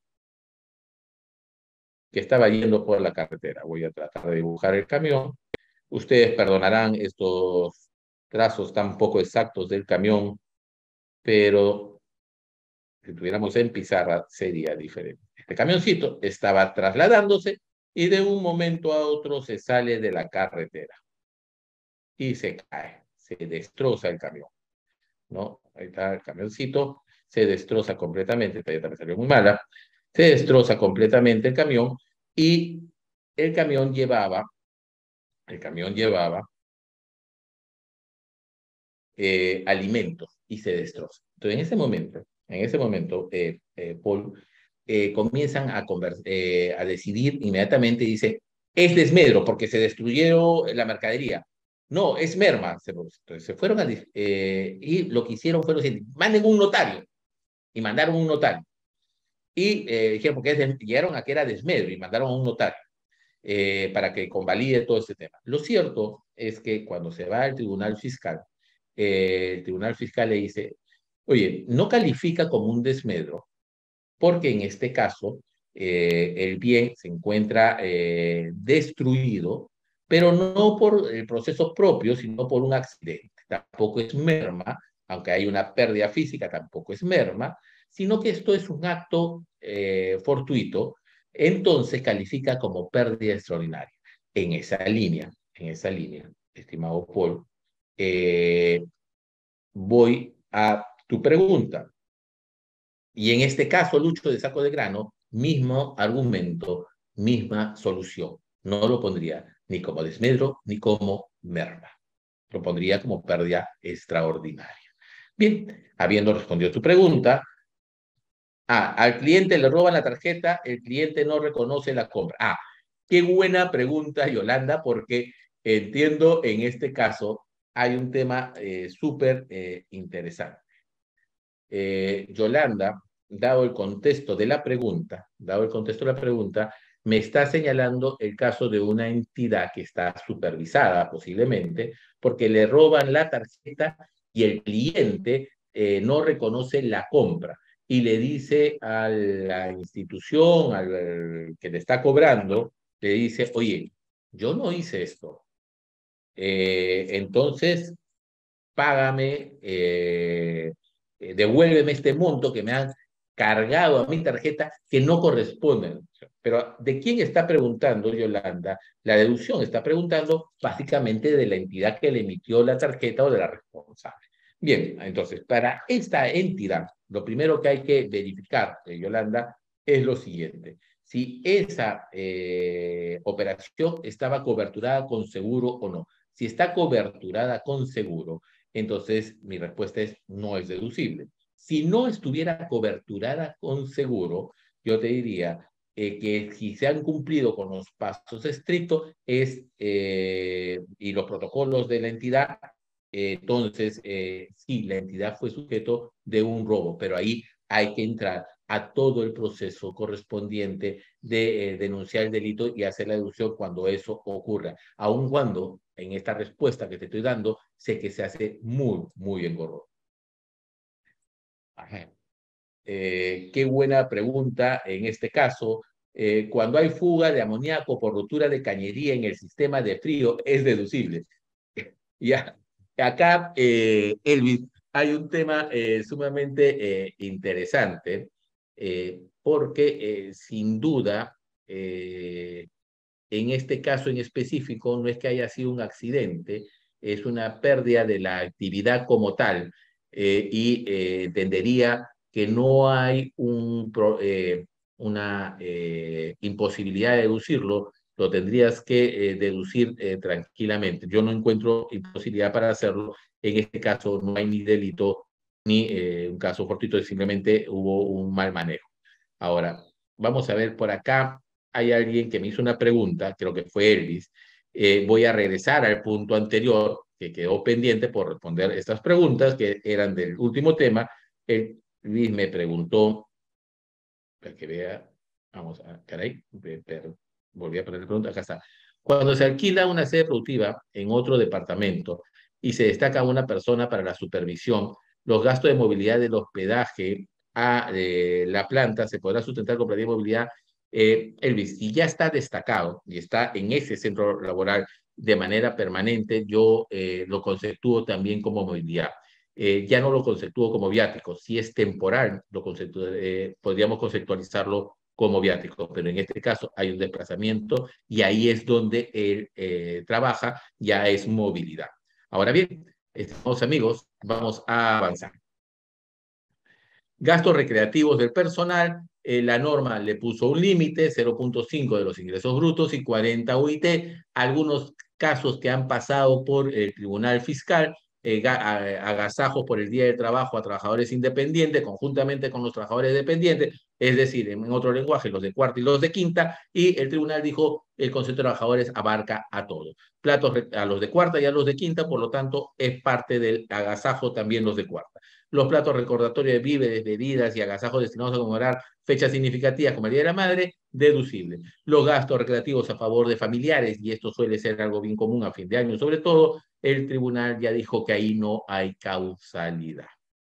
[SPEAKER 2] que estaba yendo por la carretera. Voy a tratar de dibujar el camión. Ustedes perdonarán estos trazos tan poco exactos del camión, pero si tuviéramos en pizarra sería diferente. Este camioncito estaba trasladándose y de un momento a otro se sale de la carretera y se cae, se destroza el camión, ¿no? Ahí está el camioncito, se destroza completamente, esta ya también salió muy mala, se destroza completamente el camión y el camión llevaba, el camión llevaba eh, alimentos y se destroza. Entonces, en ese momento, en ese momento, eh, eh, Paul, eh, comienzan a, eh, a decidir inmediatamente, dice, es desmedro porque se destruyó la mercadería. No, es merma. Se, entonces, se fueron a, eh, y lo que hicieron fue lo siguiente, manden un notario. Y mandaron un notario. Y eh, dijeron, porque es de, llegaron a que era desmedro y mandaron a un notario eh, para que convalide todo este tema. Lo cierto es que cuando se va al tribunal fiscal, eh, el tribunal fiscal le dice, oye, no califica como un desmedro, porque en este caso eh, el bien se encuentra eh, destruido, pero no por el proceso propio, sino por un accidente. Tampoco es merma, aunque hay una pérdida física, tampoco es merma, sino que esto es un acto eh, fortuito, entonces califica como pérdida extraordinaria. En esa línea, en esa línea, estimado Paul, eh, voy a tu pregunta. Y en este caso, Lucho de Saco de Grano, mismo argumento, misma solución. No lo pondría ni como desmedro ni como merma. Lo pondría como pérdida extraordinaria. Bien, habiendo respondido tu pregunta, ah, al cliente le roban la tarjeta, el cliente no reconoce la compra. Ah, qué buena pregunta, Yolanda, porque entiendo en este caso hay un tema eh, súper eh, interesante. Eh, Yolanda, dado el contexto de la pregunta, dado el contexto de la pregunta, me está señalando el caso de una entidad que está supervisada posiblemente porque le roban la tarjeta y el cliente eh, no reconoce la compra y le dice a la institución, al que le está cobrando, le dice, oye, yo no hice esto. Eh, entonces, págame, eh, eh, devuélveme este monto que me han cargado a mi tarjeta que no corresponde. Pero ¿de quién está preguntando, Yolanda? La deducción está preguntando básicamente de la entidad que le emitió la tarjeta o de la responsable. Bien, entonces, para esta entidad, lo primero que hay que verificar, eh, Yolanda, es lo siguiente. Si esa eh, operación estaba coberturada con seguro o no. Si está coberturada con seguro, entonces mi respuesta es no es deducible. Si no estuviera coberturada con seguro, yo te diría eh, que si se han cumplido con los pasos estrictos es, eh, y los protocolos de la entidad, eh, entonces eh, sí, la entidad fue sujeto de un robo, pero ahí hay que entrar a todo el proceso correspondiente de eh, denunciar el delito y hacer la deducción cuando eso ocurra, aun cuando en esta respuesta que te estoy dando sé que se hace muy, muy engorroso. Ajá. Eh, qué buena pregunta en este caso. Eh, cuando hay fuga de amoníaco por rotura de cañería en el sistema de frío, es deducible. Ya, acá, eh, Elvis, hay un tema eh, sumamente eh, interesante, eh, porque eh, sin duda, eh, en este caso en específico, no es que haya sido un accidente, es una pérdida de la actividad como tal, eh, y eh, entendería que no hay un, pro- eh, una eh, imposibilidad de deducirlo, lo tendrías que eh, deducir eh, tranquilamente. Yo no encuentro imposibilidad para hacerlo. En este caso no hay ni delito ni eh, un caso fortuito, simplemente hubo un mal manejo. Ahora, vamos a ver por acá. Hay alguien que me hizo una pregunta, creo que fue Elvis. Eh, voy a regresar al punto anterior que quedó pendiente por responder estas preguntas que eran del último tema. Elvis me preguntó, para que vea, vamos a, caray, pero volví a poner la pregunta, acá está. Cuando se alquila una sede productiva en otro departamento y se destaca una persona para la supervisión, los gastos de movilidad del hospedaje a eh, la planta se podrá sustentar con planilla de movilidad. Eh, Elvis, si ya está destacado y está en ese centro laboral de manera permanente, yo eh, lo conceptúo también como movilidad. Eh, ya no lo conceptúo como viático. Si es temporal, lo conceptúo, eh, podríamos conceptualizarlo como viático, pero en este caso hay un desplazamiento y ahí es donde él eh, trabaja, ya es movilidad. Ahora bien, estimados amigos, vamos a avanzar. Gastos recreativos del personal, eh, la norma le puso un límite, cero punto cinco de los ingresos brutos y cuarenta U I T. Algunos casos que han pasado por el Tribunal Fiscal, eh, agasajos por el Día de Trabajo a trabajadores independientes, conjuntamente con los trabajadores dependientes, es decir, en otro lenguaje, los de cuarta y los de quinta, y el tribunal dijo el concepto de trabajadores abarca a todos. Platos a los de cuarta y a los de quinta, por lo tanto, es parte del agasajo también los de cuarta. Los platos recordatorios de víveres, bebidas y agasajos destinados a conmemorar fechas significativas como el Día de la Madre, deducible. Los gastos recreativos a favor de familiares, y esto suele ser algo bien común a fin de año sobre todo, el tribunal ya dijo que ahí no hay causalidad.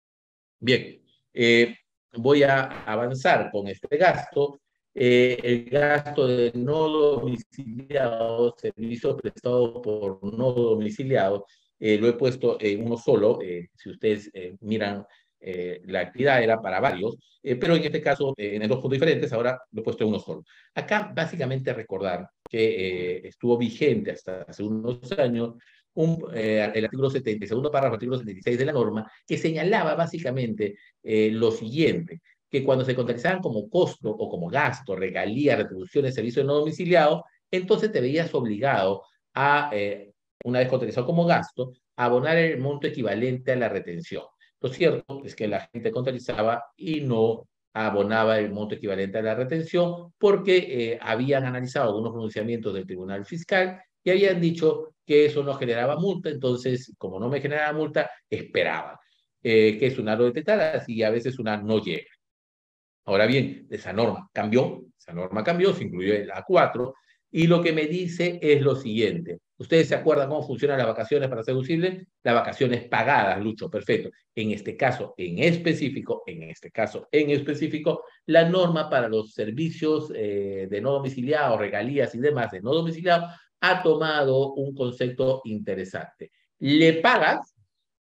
[SPEAKER 2] Bien, eh, voy a avanzar con este gasto. Eh, el gasto de no domiciliado, servicio prestado por no domiciliado, eh, lo he puesto en uno solo. Eh, si ustedes eh, miran, eh, la actividad era para varios, eh, pero en este caso, eh, en dos puntos diferentes, ahora lo he puesto en uno solo. Acá, básicamente, recordar que eh, estuvo vigente hasta hace unos años un, eh, el artículo setenta, segundo párrafo, artículo setenta y seis de la norma, que señalaba básicamente eh, lo siguiente, que cuando se contabilizaban como costo o como gasto, regalía, retribuciones, servicios no domiciliados, entonces te veías obligado a, eh, una vez contabilizado como gasto, a abonar el monto equivalente a la retención. Lo cierto es que la gente contabilizaba y no abonaba el monto equivalente a la retención porque eh, habían analizado algunos pronunciamientos del Tribunal Fiscal y habían dicho que eso no generaba multa, entonces, como no me generaba multa, esperaban, eh, que es una lo de tetadas y a veces una no llega. Ahora bien, esa norma cambió, esa norma cambió, se incluyó el A cuatro, y lo que me dice es lo siguiente. ¿Ustedes se acuerdan cómo funcionan las vacaciones para ser deducibles? Las vacaciones pagadas, Lucho, perfecto. En este caso, en específico, en este caso, en específico, la norma para los servicios eh, de no domiciliados, regalías y demás de no domiciliados, ha tomado un concepto interesante. Le pagas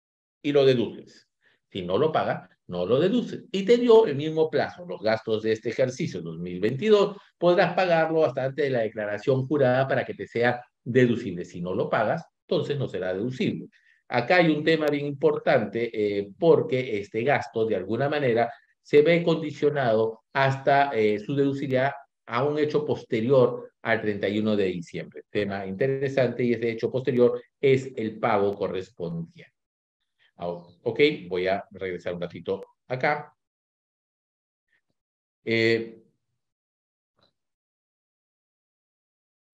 [SPEAKER 2] y lo deduces. Si no lo paga, no lo deduces. Y te dio el mismo plazo. Los gastos de este ejercicio dos mil veintidós podrás pagarlo hasta antes de la declaración jurada para que te sea deducible. Si no lo pagas, entonces no será deducible. Acá hay un tema bien importante eh, porque este gasto, de alguna manera, se ve condicionado hasta eh, su deducibilidad a un hecho posterior al treinta y uno de diciembre. Tema interesante, y ese hecho posterior es el pago correspondiente. Ok, voy a regresar un ratito acá. Eh,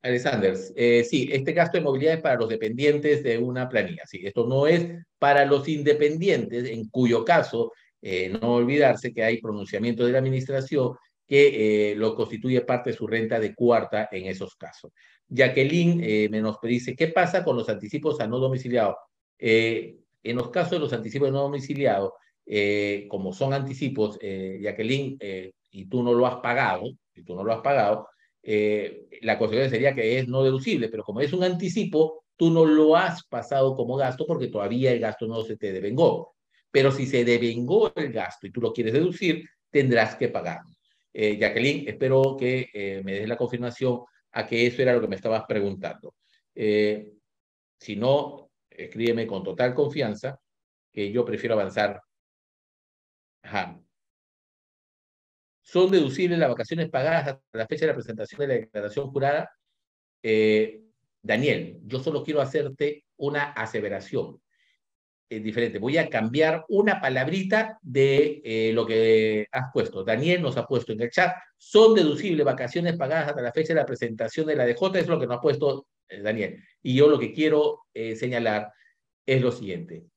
[SPEAKER 2] Alexander, eh, sí, este gasto de movilidad es para los dependientes de una planilla. Sí, esto no es para los independientes, en cuyo caso, eh, no olvidarse que hay pronunciamiento de la administración que eh, lo constituye parte de su renta de cuarta en esos casos. Jacqueline eh, me nos dice, ¿qué pasa con los anticipos a no domiciliados? Eh, en los casos de los anticipos a no domiciliados, eh, como son anticipos, eh, Jacqueline, eh, y tú no lo has pagado, y tú no lo has pagado, eh, la consecuencia sería que es no deducible, pero como es un anticipo, tú no lo has pasado como gasto porque todavía el gasto no se te devengó. Pero si se devengó el gasto y tú lo quieres deducir, tendrás que pagarlo. Eh, Jacqueline, espero que eh, me des la confirmación a que eso era lo que me estabas preguntando. Eh, si no, escríbeme con total confianza que yo prefiero avanzar. Ajá. ¿Son deducibles las vacaciones pagadas hasta la fecha de la presentación de la declaración jurada? Eh, Daniel, yo solo quiero hacerte una aseveración eh, diferente. Voy a cambiar una palabrita de eh, lo que has puesto. Daniel nos ha puesto en el chat, son deducibles vacaciones pagadas hasta la fecha de la presentación de la D J, es lo que nos ha puesto eh, Daniel. Y yo lo que quiero eh, señalar es lo siguiente.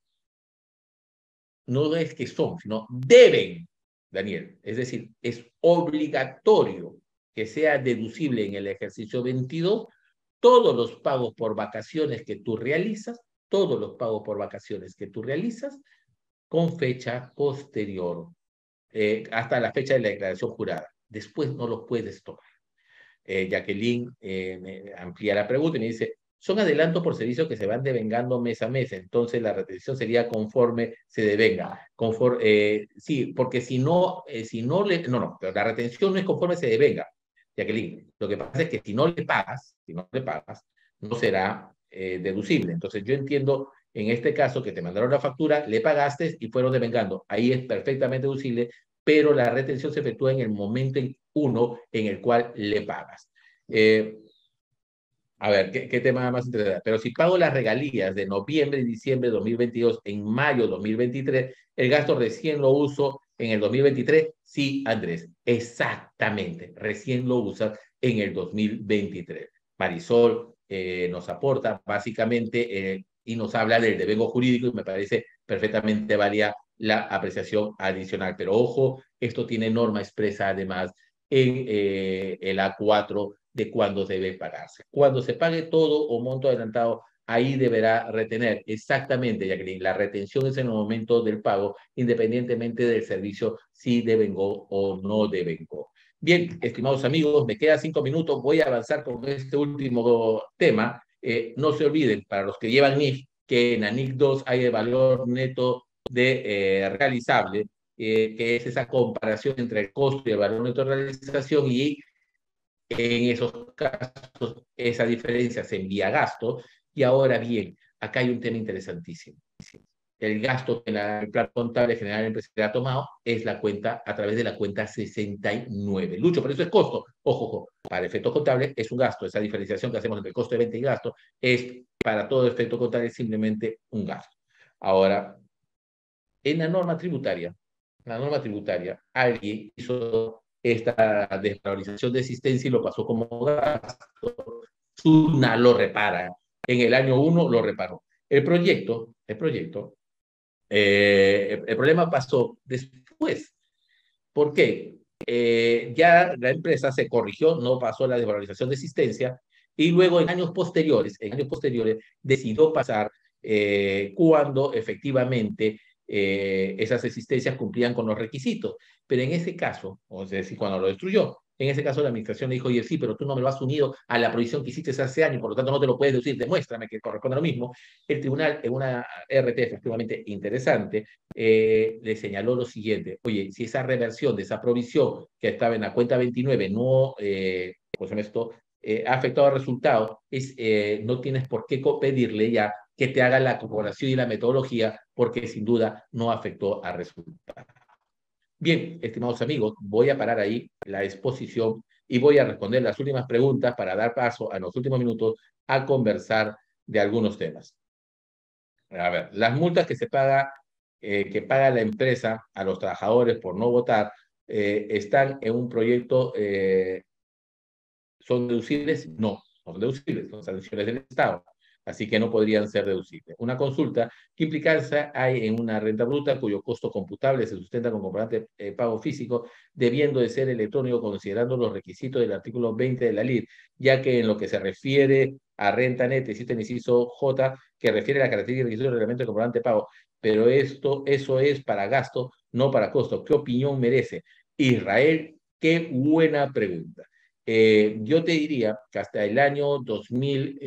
[SPEAKER 2] No es que son, sino deben, Daniel. Es decir, es obligatorio que sea deducible en el ejercicio veintidós todos los pagos por vacaciones que tú realizas, todos los pagos por vacaciones que tú realizas con fecha posterior, eh, hasta la fecha de la declaración jurada. Después no los puedes tomar. Eh, Jacqueline eh, me amplía la pregunta y me dice, son adelantos por servicios que se van devengando mes a mes, entonces la retención sería conforme se devenga. Conforme, eh, sí, porque si no, eh, si no le, no, no, pero la retención no es conforme se devenga, Jacqueline. Lo que pasa es que si no le pagas, si no le pagas, no será eh, deducible. Entonces yo entiendo en este caso que te mandaron la factura, le pagaste y fueron devengando. Ahí es perfectamente deducible, pero la retención se efectúa en el momento en uno en el cual le pagas. Eh, a ver, ¿qué, ¿qué tema más interesante? Pero si pago las regalías de noviembre y diciembre de dos mil veintidós en mayo de dos mil veintitrés, el gasto recién lo uso en el dos mil veintitrés. Sí, Andrés, exactamente, recién lo usas en el dos mil veintitrés. Marisol eh, nos aporta básicamente eh, y nos habla del devengo jurídico y me parece perfectamente válida la apreciación adicional. Pero ojo, esto tiene norma expresa además en eh, el A cuatro de cuándo debe pagarse. Cuando se pague todo o monto adelantado, ahí deberá retener. Exactamente, Jacqueline, la retención es en el momento del pago, independientemente del servicio, si devengó o no devengó. Bien, estimados amigos, me quedan cinco minutos, voy a avanzar con este último tema. Eh, no se olviden, para los que llevan N I F, que en ANIC dos hay el valor neto de eh, realizable, eh, que es esa comparación entre el costo y el valor neto de realización, y en esos casos esa diferencia se envía a gasto. Y ahora bien, acá hay un tema interesantísimo. El gasto que el plan contable general empresarial ha tomado es la cuenta a través de la cuenta sesenta y nueve. Lucho, pero eso es costo. Ojo, ojo, para efectos contables es un gasto. Esa diferenciación que hacemos entre costo de venta y gasto es para todo efecto contable simplemente un gasto. Ahora, en la norma tributaria, la norma tributaria, alguien hizo esta desvalorización de existencia y lo pasó como gasto. SUNA lo repara. En el año uno lo reparó. El proyecto, el proyecto, eh, el, el problema pasó después. ¿Por qué? Eh, ya la empresa se corrigió, no pasó la desvalorización de existencia y luego en años posteriores, en años posteriores decidió pasar eh, cuando efectivamente eh, esas existencias cumplían con los requisitos. Pero en ese caso, o sea, decir, cuando lo destruyó, en ese caso la administración le dijo, oye, sí, pero tú no me lo has unido a la provisión que hiciste hace años, por lo tanto no te lo puedes decir, demuéstrame que corresponde a lo mismo. El tribunal, en una R T efectivamente interesante, eh, le señaló lo siguiente, oye, si esa reversión de esa provisión que estaba en la cuenta veintinueve no, eh, pues en esto, eh, ha afectado al resultado, es, eh, no tienes por qué pedirle ya que te haga la corporación y la metodología, porque sin duda no afectó al resultado. Bien, estimados amigos, voy a parar ahí la exposición y voy a responder las últimas preguntas para dar paso a los últimos minutos a conversar de algunos temas. A ver, las multas que se paga, eh, que paga la empresa a los trabajadores por no votar, eh, están en un proyecto, eh, ¿son deducibles? No, son deducibles, son sanciones del Estado, así que no podrían ser deducibles. Una consulta: ¿qué implicancia hay en una renta bruta cuyo costo computable se sustenta con comprobante de eh, pago físico, debiendo de ser electrónico considerando los requisitos del artículo veinte de la L I R, ya que en lo que se refiere a renta neta existe el inciso J que refiere a la característica y requisitos del reglamento de comprobante de pago, pero esto, eso es para gasto, no para costo? ¿Qué opinión merece? Israel, qué buena pregunta. Eh, yo te diría que hasta el año dos mil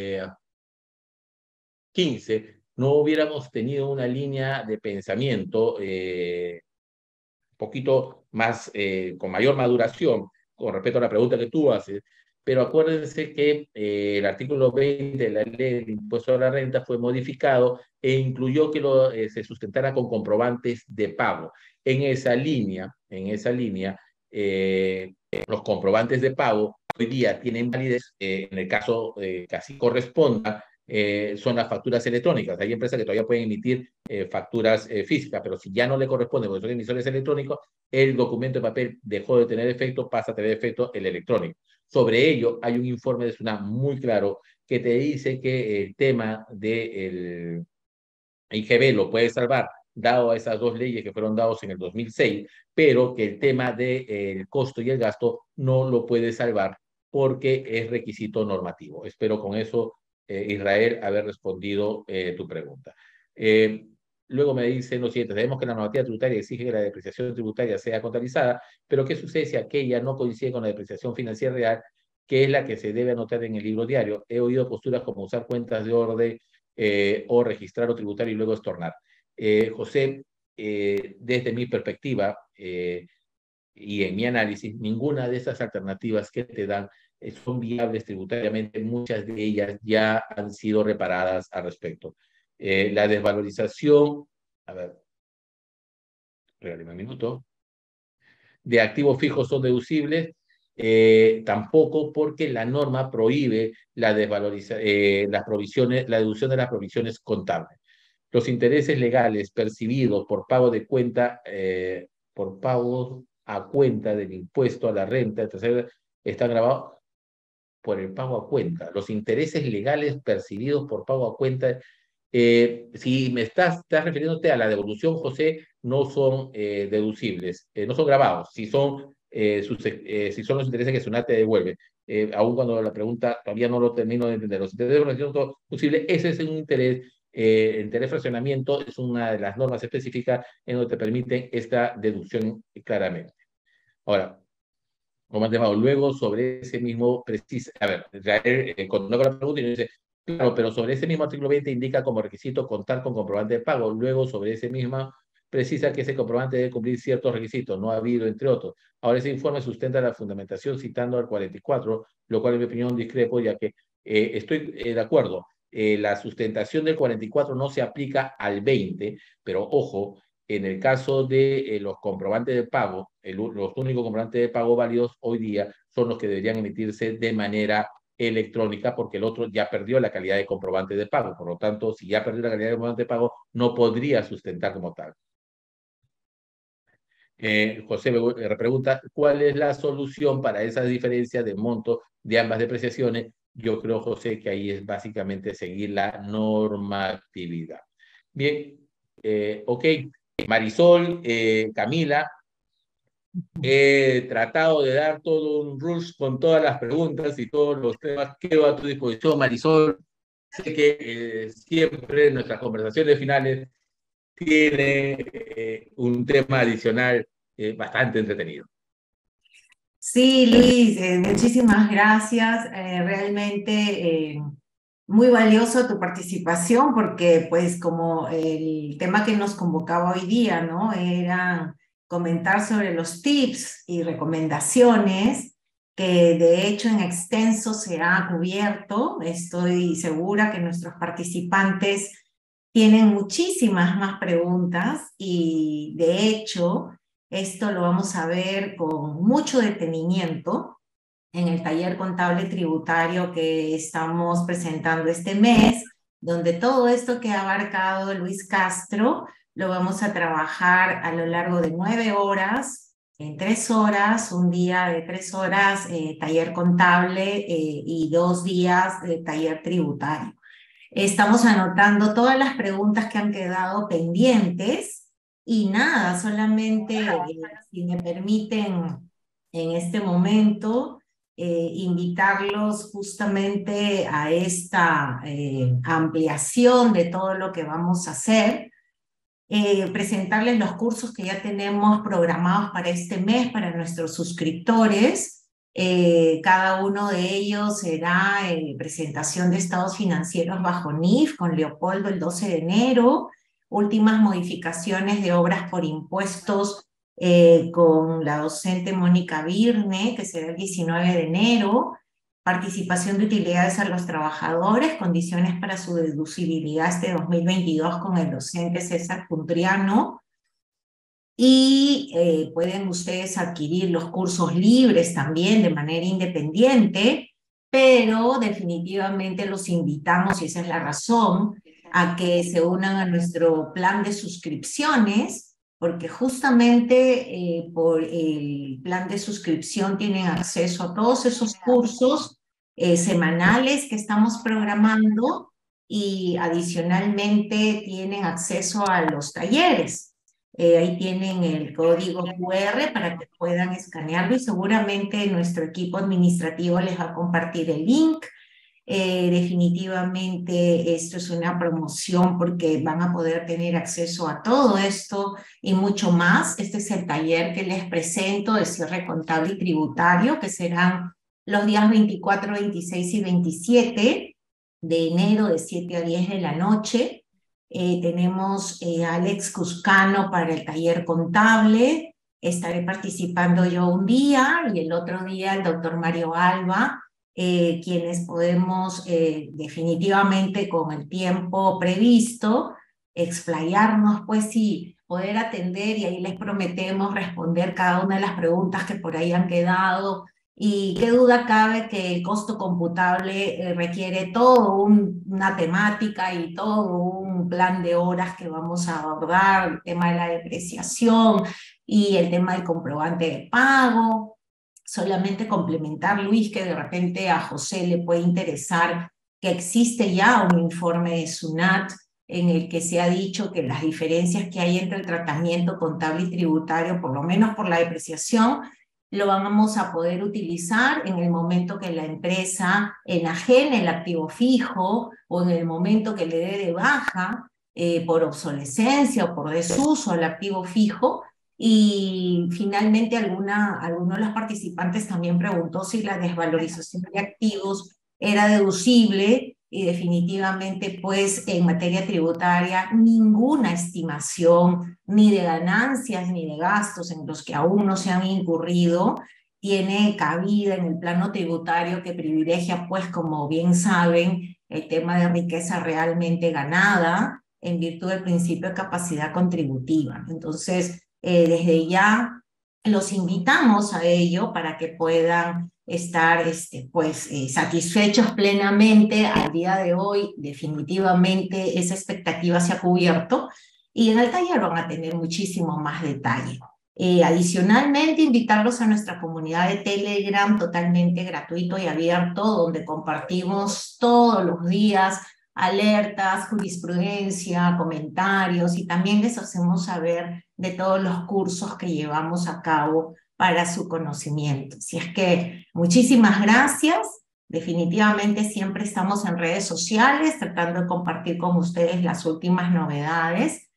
[SPEAKER 2] quince no hubiéramos tenido una línea de pensamiento eh, un poquito más, eh, con mayor maduración con respecto a la pregunta que tú haces, pero acuérdense que eh, el artículo veinte de la ley del impuesto a la renta fue modificado e incluyó que lo, eh, se sustentara con comprobantes de pago. En esa línea, en esa línea, eh, los comprobantes de pago hoy día tienen validez, eh, en el caso eh, que así corresponda, eh, son las facturas electrónicas. Hay empresas que todavía pueden emitir eh, facturas eh, físicas, pero si ya no le corresponde porque son emisores electrónicos, el documento de papel dejó de tener efecto, pasa a tener efecto el electrónico. Sobre ello hay un informe de SUNAT muy claro que te dice que el tema del I G B lo puede salvar dado a esas dos leyes que fueron dados en el dos mil seis, pero que el tema del de, eh, costo y el gasto no lo puede salvar porque es requisito normativo. Espero con eso, eh, Israel, haber respondido eh, tu pregunta. Eh, luego me dicen lo siguiente: sabemos que la normativa tributaria exige que la depreciación tributaria sea contabilizada, pero ¿qué sucede si aquella no coincide con la depreciación financiera real, que es la que se debe anotar en el libro diario? He oído posturas como usar cuentas de orden eh, o registrar o tributar y luego estornar. Eh, José, eh, desde mi perspectiva eh, y en mi análisis, ninguna de esas alternativas que te dan eh, son viables tributariamente. Muchas de ellas ya han sido reparadas al respecto. Eh, la desvalorización, a ver, regálame un minuto, de activos fijos son deducibles, eh, tampoco, porque la norma prohíbe la, desvaloriza, eh, las provisiones, la deducción de las provisiones contables. Los intereses legales percibidos por pago de cuenta, eh, por pagos a cuenta del impuesto a la renta, etcétera, están grabados por el pago a cuenta. Los intereses legales percibidos por pago a cuenta, eh, si me estás, estás refiriéndote a la devolución, José, no son eh, deducibles, eh, no son grabados, si son, eh, sus, eh, si son los intereses que SUNAT te devuelve. Eh, aun cuando la pregunta todavía no lo termino de entender. Los intereses de devolución son deducibles, ese es un interés. Eh, el interés de fraccionamiento es una de las normas específicas en donde te permiten esta deducción claramente. Ahora, luego sobre ese mismo preciso, a ver, Israel eh, continúa con la pregunta y nos dice: claro, pero sobre ese mismo artículo veinte indica como requisito contar con comprobante de pago. Luego sobre ese mismo precisa que ese comprobante debe cumplir ciertos requisitos, no ha habido, entre otros. Ahora ese informe sustenta la fundamentación citando al cuarenta y cuatro, lo cual en mi opinión discrepo, ya que eh, estoy eh, de acuerdo, eh, la sustentación del cuarenta y cuatro no se aplica al veinte, pero ojo, en el caso de eh, los comprobantes de pago, el, los únicos comprobantes de pago válidos hoy día son los que deberían emitirse de manera electrónica, porque el otro ya perdió la calidad de comprobante de pago. Por lo tanto, si ya perdió la calidad de comprobante de pago, no podría sustentar como tal. Eh, José me pregunta: ¿cuál es la solución para esa diferencia de monto de ambas depreciaciones? Yo creo, José, que ahí es básicamente seguir la normatividad. Bien, eh, ok. Marisol, eh, Camila, he tratado de dar todo un rush con todas las preguntas y todos los temas. Quedo a tu disposición, Marisol. Sé que eh, siempre en nuestras conversaciones finales tiene eh, un tema adicional eh, bastante entretenido.
[SPEAKER 1] Sí, Luis, eh, muchísimas gracias. Eh, realmente eh, muy valioso tu participación, porque pues como el tema que nos convocaba hoy día, ¿no? Era comentar sobre los tips y recomendaciones que de hecho en extenso se ha cubierto. Estoy segura que nuestros participantes tienen muchísimas más preguntas y de hecho esto lo vamos a ver con mucho detenimiento en el taller contable tributario que estamos presentando este mes, donde todo esto que ha abarcado Luis Castro lo vamos a trabajar a lo largo de nueve horas en tres horas, un día de tres horas eh, taller contable eh, y dos días de taller tributario. Estamos anotando todas las preguntas que han quedado pendientes y nada, solamente eh, si me permiten en este momento eh, invitarlos justamente a esta eh, ampliación de todo lo que vamos a hacer. Eh, presentarles los cursos que ya tenemos programados para este mes para nuestros suscriptores. Eh, cada uno de ellos será eh, presentación de estados financieros bajo N I F con Leopoldo el doce de enero, últimas modificaciones de obras por impuestos eh, con la docente Mónica Virne, que será el diecinueve de enero, participación de utilidades a los trabajadores, condiciones para su deducibilidad este dos mil veintidós con el docente César Puntriano. Y eh, pueden ustedes adquirir los cursos libres también de manera independiente, pero definitivamente los invitamos, y esa es la razón, a que se unan a nuestro plan de suscripciones, porque justamente eh, por el plan de suscripción tienen acceso a todos esos cursos eh, semanales que estamos programando y adicionalmente tienen acceso a los talleres. Eh, ahí tienen el código Q R para que puedan escanearlo y seguramente nuestro equipo administrativo les va a compartir el link. Eh, definitivamente esto es una promoción porque van a poder tener acceso a todo esto y mucho más. Este es el taller que les presento de cierre contable y tributario, que serán los días veinticuatro, veintiséis y veintisiete de enero de siete a diez de la noche. Eh, tenemos eh, a Alex Cuscano para el taller contable. Estaré participando yo un día y el otro día el doctor Mario Alba, eh, quienes podemos eh, definitivamente con el tiempo previsto explayarnos pues y poder atender, y ahí les prometemos responder cada una de las preguntas que por ahí han quedado. Y qué duda cabe que el costo computable eh, requiere todo un, una temática y todo un plan de horas que vamos a abordar, el tema de la depreciación y el tema del comprobante de pago. Solamente complementar, Luis, que de repente a José le puede interesar que existe ya un informe de SUNAT en el que se ha dicho que las diferencias que hay entre el tratamiento contable y tributario, por lo menos por la depreciación, lo vamos a poder utilizar en el momento que la empresa enajene el activo fijo o en el momento que le dé de baja eh, por obsolescencia o por desuso al activo fijo. Y finalmente alguna, alguno de los participantes también preguntó si la desvalorización de activos era deducible, y definitivamente pues en materia tributaria ninguna estimación ni de ganancias ni de gastos en los que aún no se han incurrido tiene cabida en el plano tributario, que privilegia pues, como bien saben, el tema de riqueza realmente ganada en virtud del principio de capacidad contributiva. Entonces, eh, desde ya los invitamos a ello para que puedan estar este, pues, eh, satisfechos plenamente. Al día de hoy definitivamente esa expectativa se ha cubierto y en el taller van a tener muchísimo más detalle. Eh, adicionalmente, invitarlos a nuestra comunidad de Telegram totalmente gratuito y abierto, donde compartimos todos los días alertas, jurisprudencia, comentarios, y también les hacemos saber de todos los cursos que llevamos a cabo para su conocimiento. Así es que muchísimas gracias. Definitivamente siempre estamos en redes sociales tratando de compartir con ustedes las últimas novedades.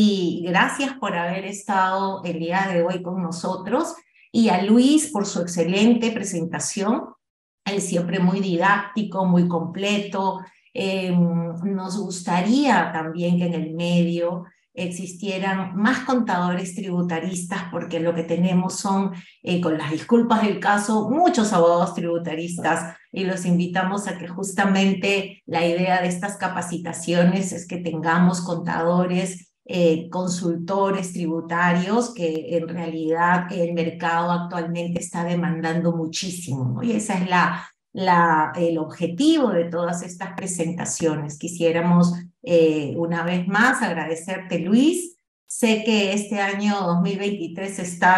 [SPEAKER 1] Y gracias por haber estado el día de hoy con nosotros. Y a Luis por su excelente presentación. Él siempre muy didáctico, muy completo. Eh, nos gustaría también que en el medio existieran más contadores tributaristas, porque lo que tenemos son, eh, con las disculpas del caso, muchos abogados tributaristas, y los invitamos a que justamente la idea de estas capacitaciones es que tengamos contadores, eh, consultores tributarios, que en realidad el mercado actualmente está demandando muchísimo, ¿no? Y esa es la... La, el objetivo de todas estas presentaciones. Quisiéramos eh, una vez más agradecerte, Luis. Sé que este año dos mil veintitrés estás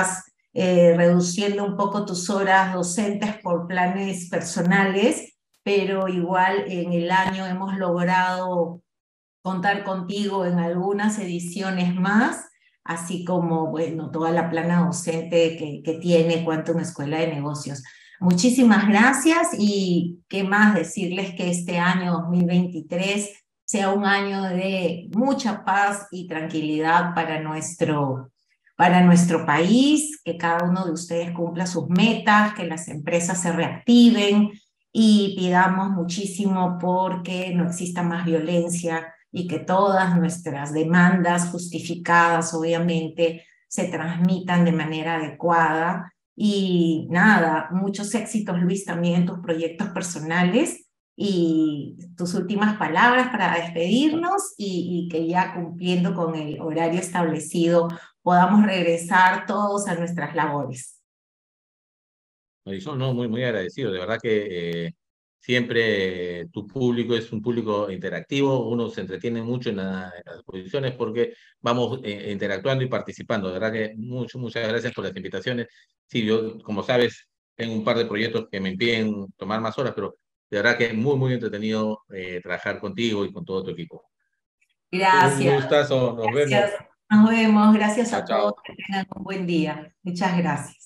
[SPEAKER 1] eh, reduciendo un poco tus horas docentes por planes personales, pero igual en el año hemos logrado contar contigo en algunas ediciones más, así como, bueno, toda la plana docente que, que tiene Quantum Escuela de Negocios. Muchísimas gracias y qué más decirles que este año dos mil veintitrés sea un año de mucha paz y tranquilidad para nuestro, para nuestro país, que cada uno de ustedes cumpla sus metas, que las empresas se reactiven y pidamos muchísimo porque no exista más violencia y que todas nuestras demandas justificadas, obviamente, se transmitan de manera adecuada. Y nada, muchos éxitos, Luis, también en tus proyectos personales y tus últimas palabras para despedirnos y, y que ya cumpliendo con el horario establecido podamos regresar todos a nuestras labores.
[SPEAKER 2] Marisol, no, muy, muy agradecido. De verdad que eh, siempre eh, tu público es un público interactivo. Uno se entretiene mucho en, la- en las exposiciones porque vamos eh, interactuando y participando. De verdad que mucho, muchas gracias por las invitaciones. Sí, yo, como sabes, tengo un par de proyectos que me impiden tomar más horas, pero de verdad que es muy, muy entretenido eh, trabajar contigo y con todo tu equipo. Un
[SPEAKER 1] Gracias,
[SPEAKER 2] gustazo, nos vemos.
[SPEAKER 1] gracias. Nos vemos. Gracias
[SPEAKER 2] Chao,
[SPEAKER 1] a todos.
[SPEAKER 2] chao.
[SPEAKER 1] Que tengan un buen día. Muchas gracias.